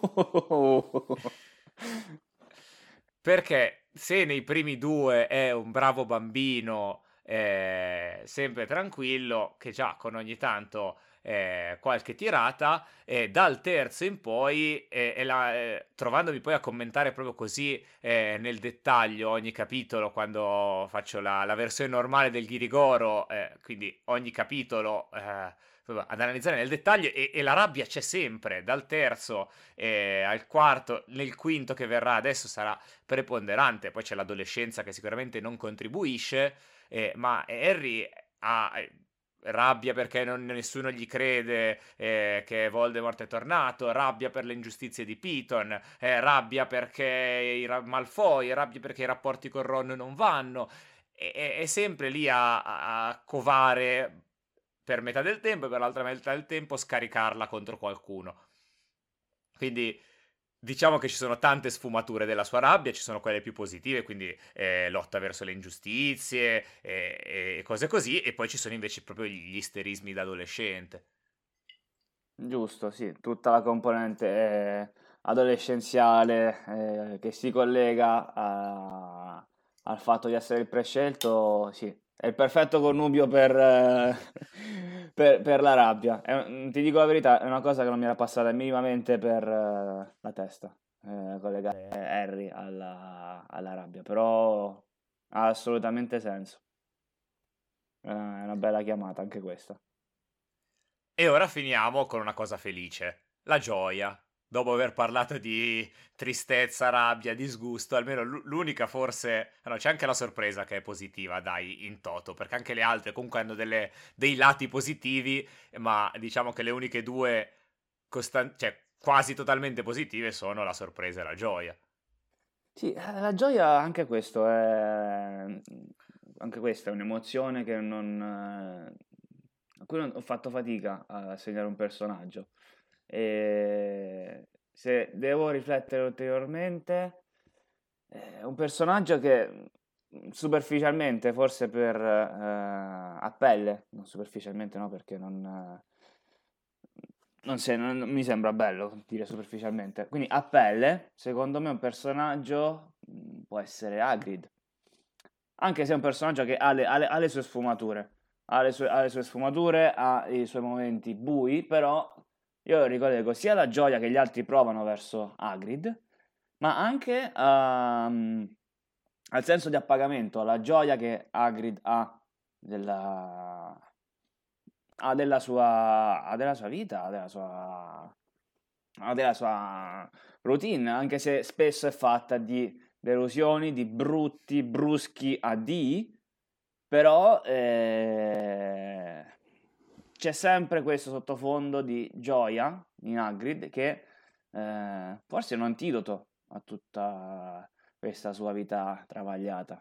Perché se nei primi due è un bravo bambino, eh, sempre tranquillo, che già con ogni tanto eh, qualche tirata, e dal terzo in poi, eh, e la, eh, trovandomi poi a commentare proprio così eh, nel dettaglio ogni capitolo, quando faccio la, la versione normale del Ghirigoro, eh, quindi ogni capitolo eh, ad analizzare nel dettaglio, e, e la rabbia c'è sempre, dal terzo eh, al quarto, nel quinto che verrà adesso sarà preponderante, poi c'è l'adolescenza che sicuramente non contribuisce, eh, ma Harry ha rabbia perché non, nessuno gli crede eh, che Voldemort è tornato, rabbia per le ingiustizie di Piton, eh, rabbia perché i ra- Malfoy, rabbia perché i rapporti con Ron non vanno, e- e- è sempre lì a, a, a covare per metà del tempo e per l'altra metà del tempo scaricarla contro qualcuno. Quindi diciamo che ci sono tante sfumature della sua rabbia, ci sono quelle più positive, quindi eh, lotta verso le ingiustizie e, e cose così, e poi ci sono invece proprio gli isterismi da adolescente. Giusto, sì, tutta la componente eh, adolescenziale eh, che si collega a- al fatto di essere il prescelto, sì, è il perfetto connubio per, eh, per- per la rabbia. È un- ti dico la verità, è una cosa che non mi era passata minimamente per eh, la testa, eh, collegare Harry alla, alla rabbia, però ha assolutamente senso. Eh, è una bella chiamata anche questa. E ora finiamo con una cosa felice, la gioia. Dopo aver parlato di tristezza, rabbia, disgusto, almeno l- l'unica forse... No, c'è anche la sorpresa che è positiva, dai, in toto, perché anche le altre comunque hanno delle- dei lati positivi, ma diciamo che le uniche due costan- cioè, quasi totalmente positive sono la sorpresa e la gioia. Sì, eh, la gioia anche questo è, anche questa è un'emozione che non, eh, a cui non ho fatto fatica a segnare un personaggio. E se devo riflettere ulteriormente, è un personaggio che mm, superficialmente, forse per eh, a pelle, non superficialmente no, perché non, eh, non, se- non- non mi sembra bello dire superficialmente. Quindi a pelle, secondo me un personaggio mm, può essere Hagrid. Anche se è un personaggio che ha le, ha le- ha le sue sfumature. Ha le sue, ha le sue sfumature, ha i suoi momenti bui, però io ricollego sia la gioia che gli altri provano verso Hagrid, ma anche ehm, al senso di appagamento, alla gioia che Hagrid ha della, ha della sua, ha della sua vita, ha della sua, ha della sua routine, anche se spesso è fatta di delusioni, di brutti, bruschi addii, però eh, c'è sempre questo sottofondo di gioia in Hagrid che eh, forse è un antidoto a tutta questa sua vita travagliata.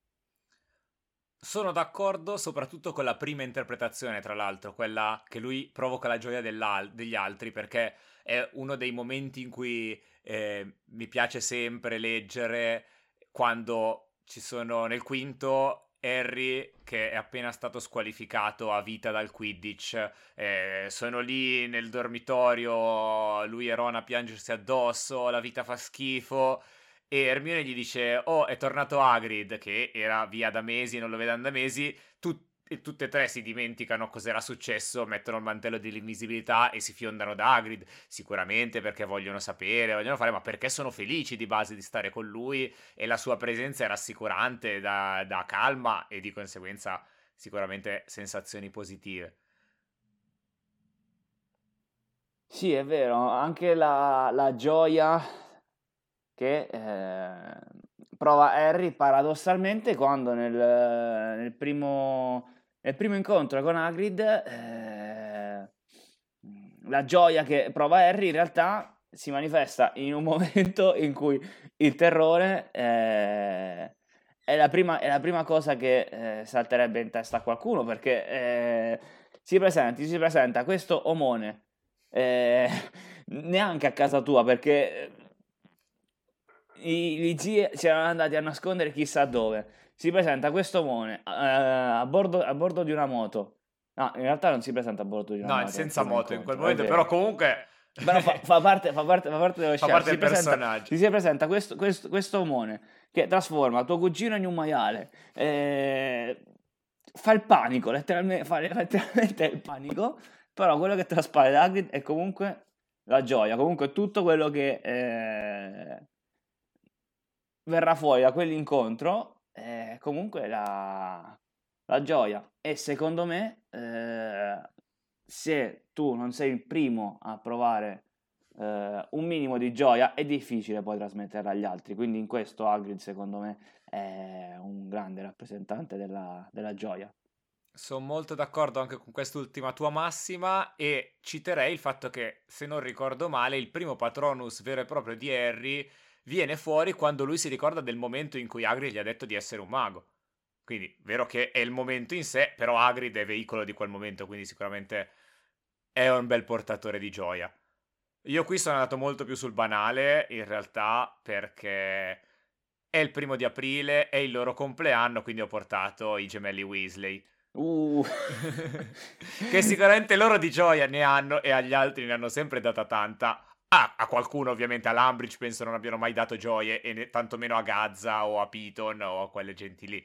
Sono d'accordo soprattutto con la prima interpretazione, tra l'altro, quella che lui provoca la gioia dell'al- degli altri, perché è uno dei momenti in cui eh, mi piace sempre leggere quando ci sono nel quinto Harry che è appena stato squalificato a vita dal Quidditch, eh, sono lì nel dormitorio, lui e Ron a piangersi addosso, la vita fa schifo. E Hermione gli dice: Oh, è tornato Hagrid, che era via da mesi, non lo vedano da mesi. Tu... e tutte e tre si dimenticano cos'era successo, mettono il mantello dell'invisibilità e si fiondano da Hagrid, sicuramente perché vogliono sapere, vogliono fare, ma perché sono felici di base di stare con lui e la sua presenza è rassicurante, da, da calma e di conseguenza sicuramente sensazioni positive. Sì, è vero, anche la, la gioia che eh, prova Harry paradossalmente quando nel, nel primo, nel primo incontro con Hagrid, eh, la gioia che prova Harry in realtà si manifesta in un momento in cui il terrore eh, è, la prima, è la prima cosa che eh, salterebbe in testa a qualcuno, perché eh, si presenta, si presenta questo omone eh, neanche a casa tua, perché i, gli zii si erano andati a nascondere chissà dove. Si presenta questo omone eh, a, bordo, a bordo di una moto. No, in realtà non si presenta a bordo di una No, moto. è senza moto in quel è momento, vero. però comunque... Però fa, fa parte, fa, parte, fa parte dello Fa scenario. parte Si del presenta, personaggio. si presenta questo, questo, questo omone che trasforma tuo cugino in un maiale. Eh, fa il panico, letteralmente, fa letteralmente il panico. Però quello che traspare da Hagrid è comunque la gioia, comunque tutto quello che eh, verrà fuori da quell'incontro è comunque la, la gioia. E secondo me eh, se tu non sei il primo a provare eh, un minimo di gioia è difficile poi trasmetterla agli altri, quindi in questo Hagrid secondo me è un grande rappresentante della, della gioia. Sono molto d'accordo anche con quest'ultima tua massima e citerei il fatto che, se non ricordo male, il primo Patronus vero e proprio di Harry viene fuori quando lui si ricorda del momento in cui Hagrid gli ha detto di essere un mago. Quindi, vero che è il momento in sé, però Hagrid è veicolo di quel momento, quindi sicuramente è un bel portatore di gioia. Io qui sono andato molto più sul banale, in realtà, perché è il primo di aprile, è il loro compleanno, quindi ho portato i gemelli Weasley. Uh. Che sicuramente loro di gioia ne hanno e agli altri ne hanno sempre data tanta. Ah, a qualcuno ovviamente, a Umbridge penso non abbiano mai dato gioie e ne, tantomeno a Gazza o a Piton o a quelle genti lì.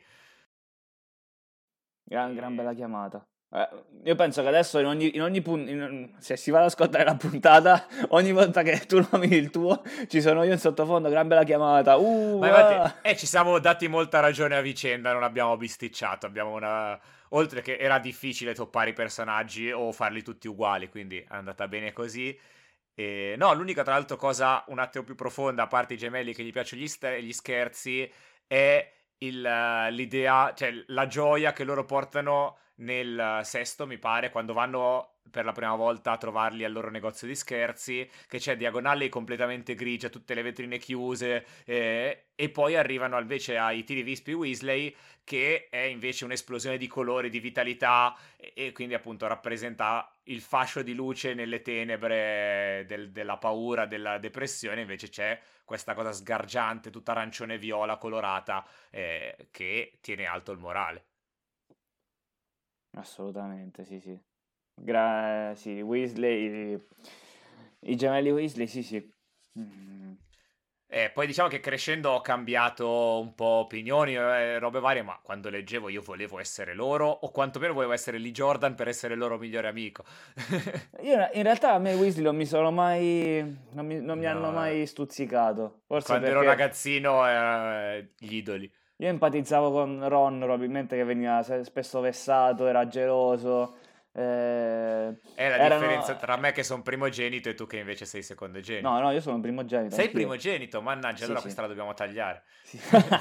Gran, gran bella chiamata. Eh, io penso che adesso in ogni, in ogni pun- in- se si va ad ascoltare la puntata, ogni volta che tu nomini il tuo, ci sono io in sottofondo, gran bella chiamata. Uh, Ma infatti, ah. eh, ci siamo dati molta ragione a vicenda, non abbiamo bisticciato, abbiamo una... Oltre che era difficile toppare i personaggi o farli tutti uguali, quindi è andata bene così. E... No, l'unica tra l'altro cosa un attimo più profonda, a parte i gemelli che gli piacciono gli, st- gli scherzi, è il, l'idea, cioè la gioia che loro portano nel sesto, mi pare, quando vanno per la prima volta a trovarli al loro negozio di scherzi, che c'è diagonale completamente grigia, tutte le vetrine chiuse, eh, e poi arrivano invece ai tiri vispi Weasley, che è invece un'esplosione di colori, di vitalità, e, e quindi appunto rappresenta il fascio di luce nelle tenebre del, della paura, della depressione. Invece c'è questa cosa sgargiante, tutta arancione e viola colorata, eh, che tiene alto il morale. Assolutamente, sì, sì. Gra- sì, Weasley, i, i gemelli Weasley, sì, sì. Mm. Eh, poi diciamo che crescendo ho cambiato un po' opinioni e eh, robe varie, ma quando leggevo io volevo essere loro, o quantomeno volevo essere Lee Jordan per essere il loro migliore amico. Io in realtà a me Weasley non mi sono mai, non mi, non mi No. hanno mai stuzzicato. Forse Quando perché ero ragazzino, eh, gli idoli. io empatizzavo con Ron, probabilmente, che veniva se- spesso vessato, era geloso. Eh, È la erano- differenza tra me che sono primogenito e tu che invece sei secondogenito. No, no, io sono primogenito. Sei anch'io. primogenito, mannaggia, Sì, allora sì. questa la dobbiamo tagliare. Sì.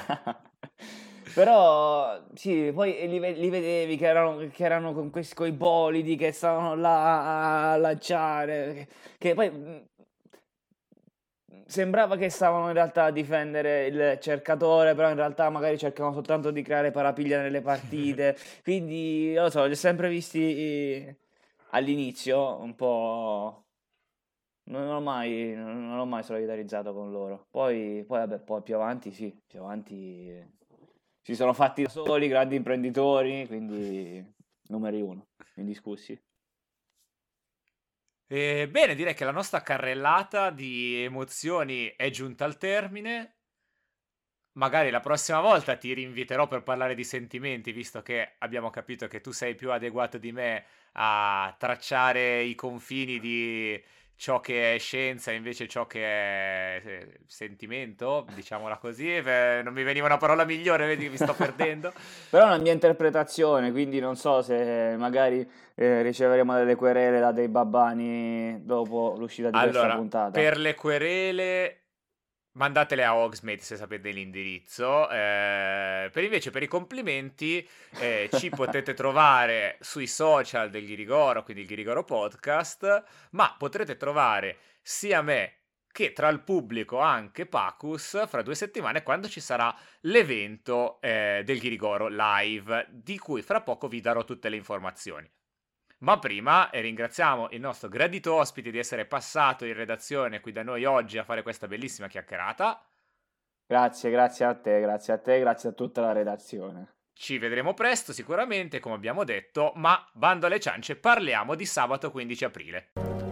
Però sì, poi li, ve- li vedevi che erano, che erano con questi coi bolidi che stavano là a lanciare, che, che poi mh, sembrava che stavano in realtà a difendere il cercatore, però in realtà magari cercavano soltanto di creare parapiglia nelle partite. Quindi, non lo so, li ho sempre visti eh, all'inizio un po'. Non ho mai, non ho mai solidarizzato con loro. Poi, poi, vabbè, poi più avanti sì, più avanti eh, si sono fatti da soli, grandi imprenditori, quindi numeri uno, indiscussi. E, bene, direi che la nostra carrellata di emozioni è giunta al termine. magari la prossima volta ti rinviterò per parlare di sentimenti, visto che abbiamo capito che tu sei più adeguato di me a tracciare i confini di ciò che è scienza e invece ciò che è eh, sentimento, diciamola così. Eh, non mi veniva una parola migliore, vedi che mi sto perdendo. Però è una mia interpretazione, quindi non so se magari eh, riceveremo delle querele da dei babbani dopo l'uscita di questa Allora, puntata. per le querele mandatele a Hogsmeade se sapete l'indirizzo. Eh, per invece per i complimenti eh, ci potete trovare sui social del Ghirigoro, quindi il Ghirigoro Podcast, ma potrete trovare sia me che tra il pubblico anche Pacus fra due settimane, quando ci sarà l'evento eh, del Ghirigoro live, di cui fra poco vi darò tutte le informazioni. Ma prima eh, ringraziamo il nostro gradito ospite di essere passato in redazione qui da noi oggi a fare questa bellissima chiacchierata. Grazie, grazie a te, grazie a te, grazie a tutta la redazione. Ci vedremo presto sicuramente, come abbiamo detto, ma bando alle ciance, parliamo di sabato quindici aprile.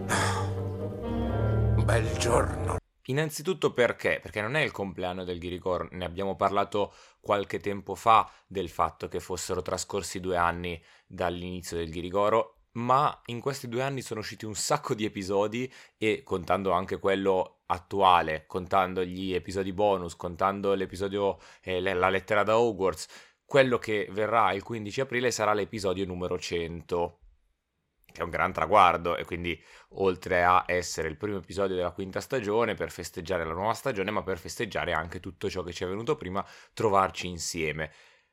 Bel giorno. Innanzitutto perché? Perché non è il compleanno del Ghirigoro, ne abbiamo parlato qualche tempo fa del fatto che fossero trascorsi due anni dall'inizio del Ghirigoro, ma in questi due anni sono usciti un sacco di episodi e contando anche quello attuale, contando gli episodi bonus, contando l'episodio, eh, la lettera da Hogwarts, quello che verrà il quindici aprile sarà l'episodio numero cento. Che è un gran traguardo, e quindi oltre a essere il primo episodio della quinta stagione per festeggiare la nuova stagione, ma per festeggiare anche tutto ciò che ci è venuto prima, trovarci insieme.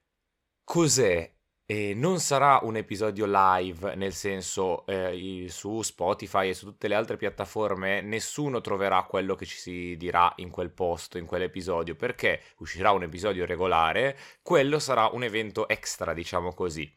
Cos'è? Eh, non sarà un episodio live, nel senso eh, su Spotify e su tutte le altre piattaforme nessuno troverà quello che ci si dirà in quel posto, in quell'episodio, perché uscirà un episodio regolare, quello sarà un evento extra, diciamo così.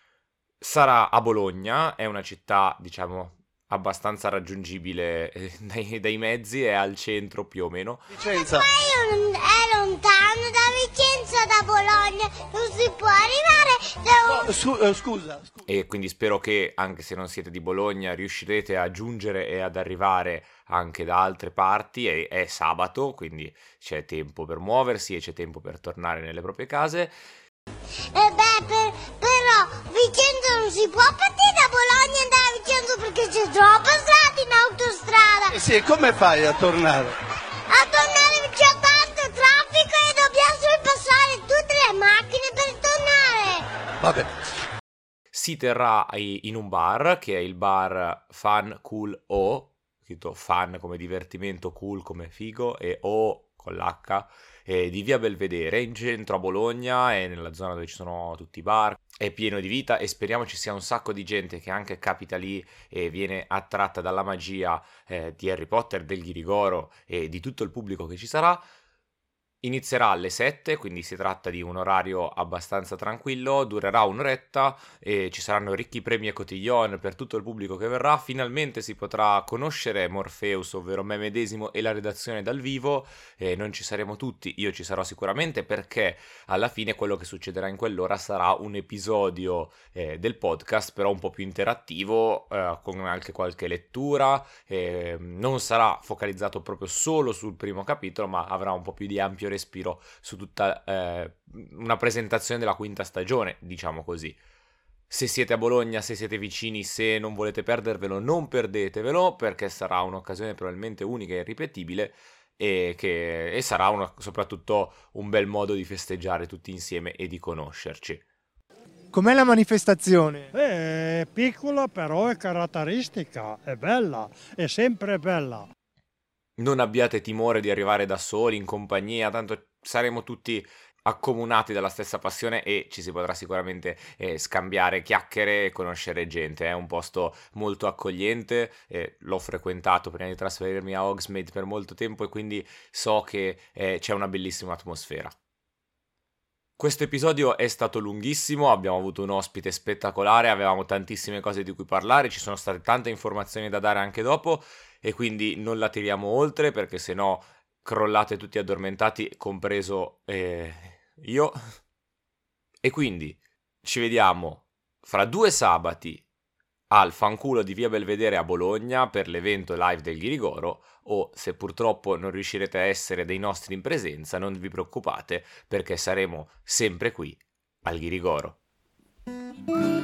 Sarà a Bologna, è una città, diciamo, abbastanza raggiungibile eh, dai, dai mezzi, è al centro più o meno. Vicenza. Ma io è lontano da Vicenza, da Bologna, non si può arrivare da un... Oh, su- eh, scusa, scusa. E quindi spero che, anche se non siete di Bologna, riuscirete a giungere e ad arrivare anche da altre parti. È, è sabato, quindi c'è tempo per muoversi e c'è tempo per tornare nelle proprie case. Eh beh, per, però Vicenza non si può partire da Bologna e andare a Vicenza perché c'è troppa strada in autostrada. Eh sì, come fai a tornare? A tornare c'è tanto traffico e dobbiamo sorpassare tutte le macchine per tornare. Vabbè. Si terrà in un bar, che è il bar Fun Cool O, scritto Fun come divertimento, cool come figo, e O con l'H, eh, di via Belvedere, in centro a Bologna, e nella zona dove ci sono tutti i bar. È pieno di vita e speriamo ci sia un sacco di gente che anche capita lì e viene attratta dalla magia eh, di Harry Potter, del Ghirigoro e di tutto il pubblico che ci sarà. Inizierà alle sette, quindi si tratta di un orario abbastanza tranquillo, durerà un'oretta e ci saranno ricchi premi e cotillon per tutto il pubblico che verrà. Finalmente si potrà conoscere Morpheus, ovvero me medesimo, e la redazione dal vivo. E non ci saremo tutti, io ci sarò sicuramente, perché alla fine quello che succederà in quell'ora sarà un episodio eh, del podcast, però un po' più interattivo, eh, con anche qualche lettura. Eh, non sarà focalizzato proprio solo sul primo capitolo, ma avrà un po' più di ampio respiro su tutta eh, una presentazione della quinta stagione, diciamo così. Se siete a Bologna, se siete vicini, se non volete perdervelo, non perdetevelo, perché sarà un'occasione probabilmente unica e irripetibile e, che, e sarà una, soprattutto un bel modo di festeggiare tutti insieme e di conoscerci. Com'è la manifestazione? È piccola, però è caratteristica, è bella, è sempre bella. Non abbiate timore di arrivare da soli, in compagnia, tanto saremo tutti accomunati dalla stessa passione e ci si potrà sicuramente eh, scambiare chiacchiere e conoscere gente. È un posto molto accogliente, eh, l'ho frequentato prima di trasferirmi a Hogsmeade per molto tempo e quindi so che eh, c'è una bellissima atmosfera. Questo episodio è stato lunghissimo, abbiamo avuto un ospite spettacolare, avevamo tantissime cose di cui parlare, ci sono state tante informazioni da dare anche dopo e quindi non la tiriamo oltre, perché sennò crollate tutti addormentati, compreso eh, io. E quindi ci vediamo fra due sabati al fanculo di Via Belvedere a Bologna per l'evento live del Ghirigoro, o se purtroppo non riuscirete a essere dei nostri in presenza, non vi preoccupate perché saremo sempre qui al Ghirigoro.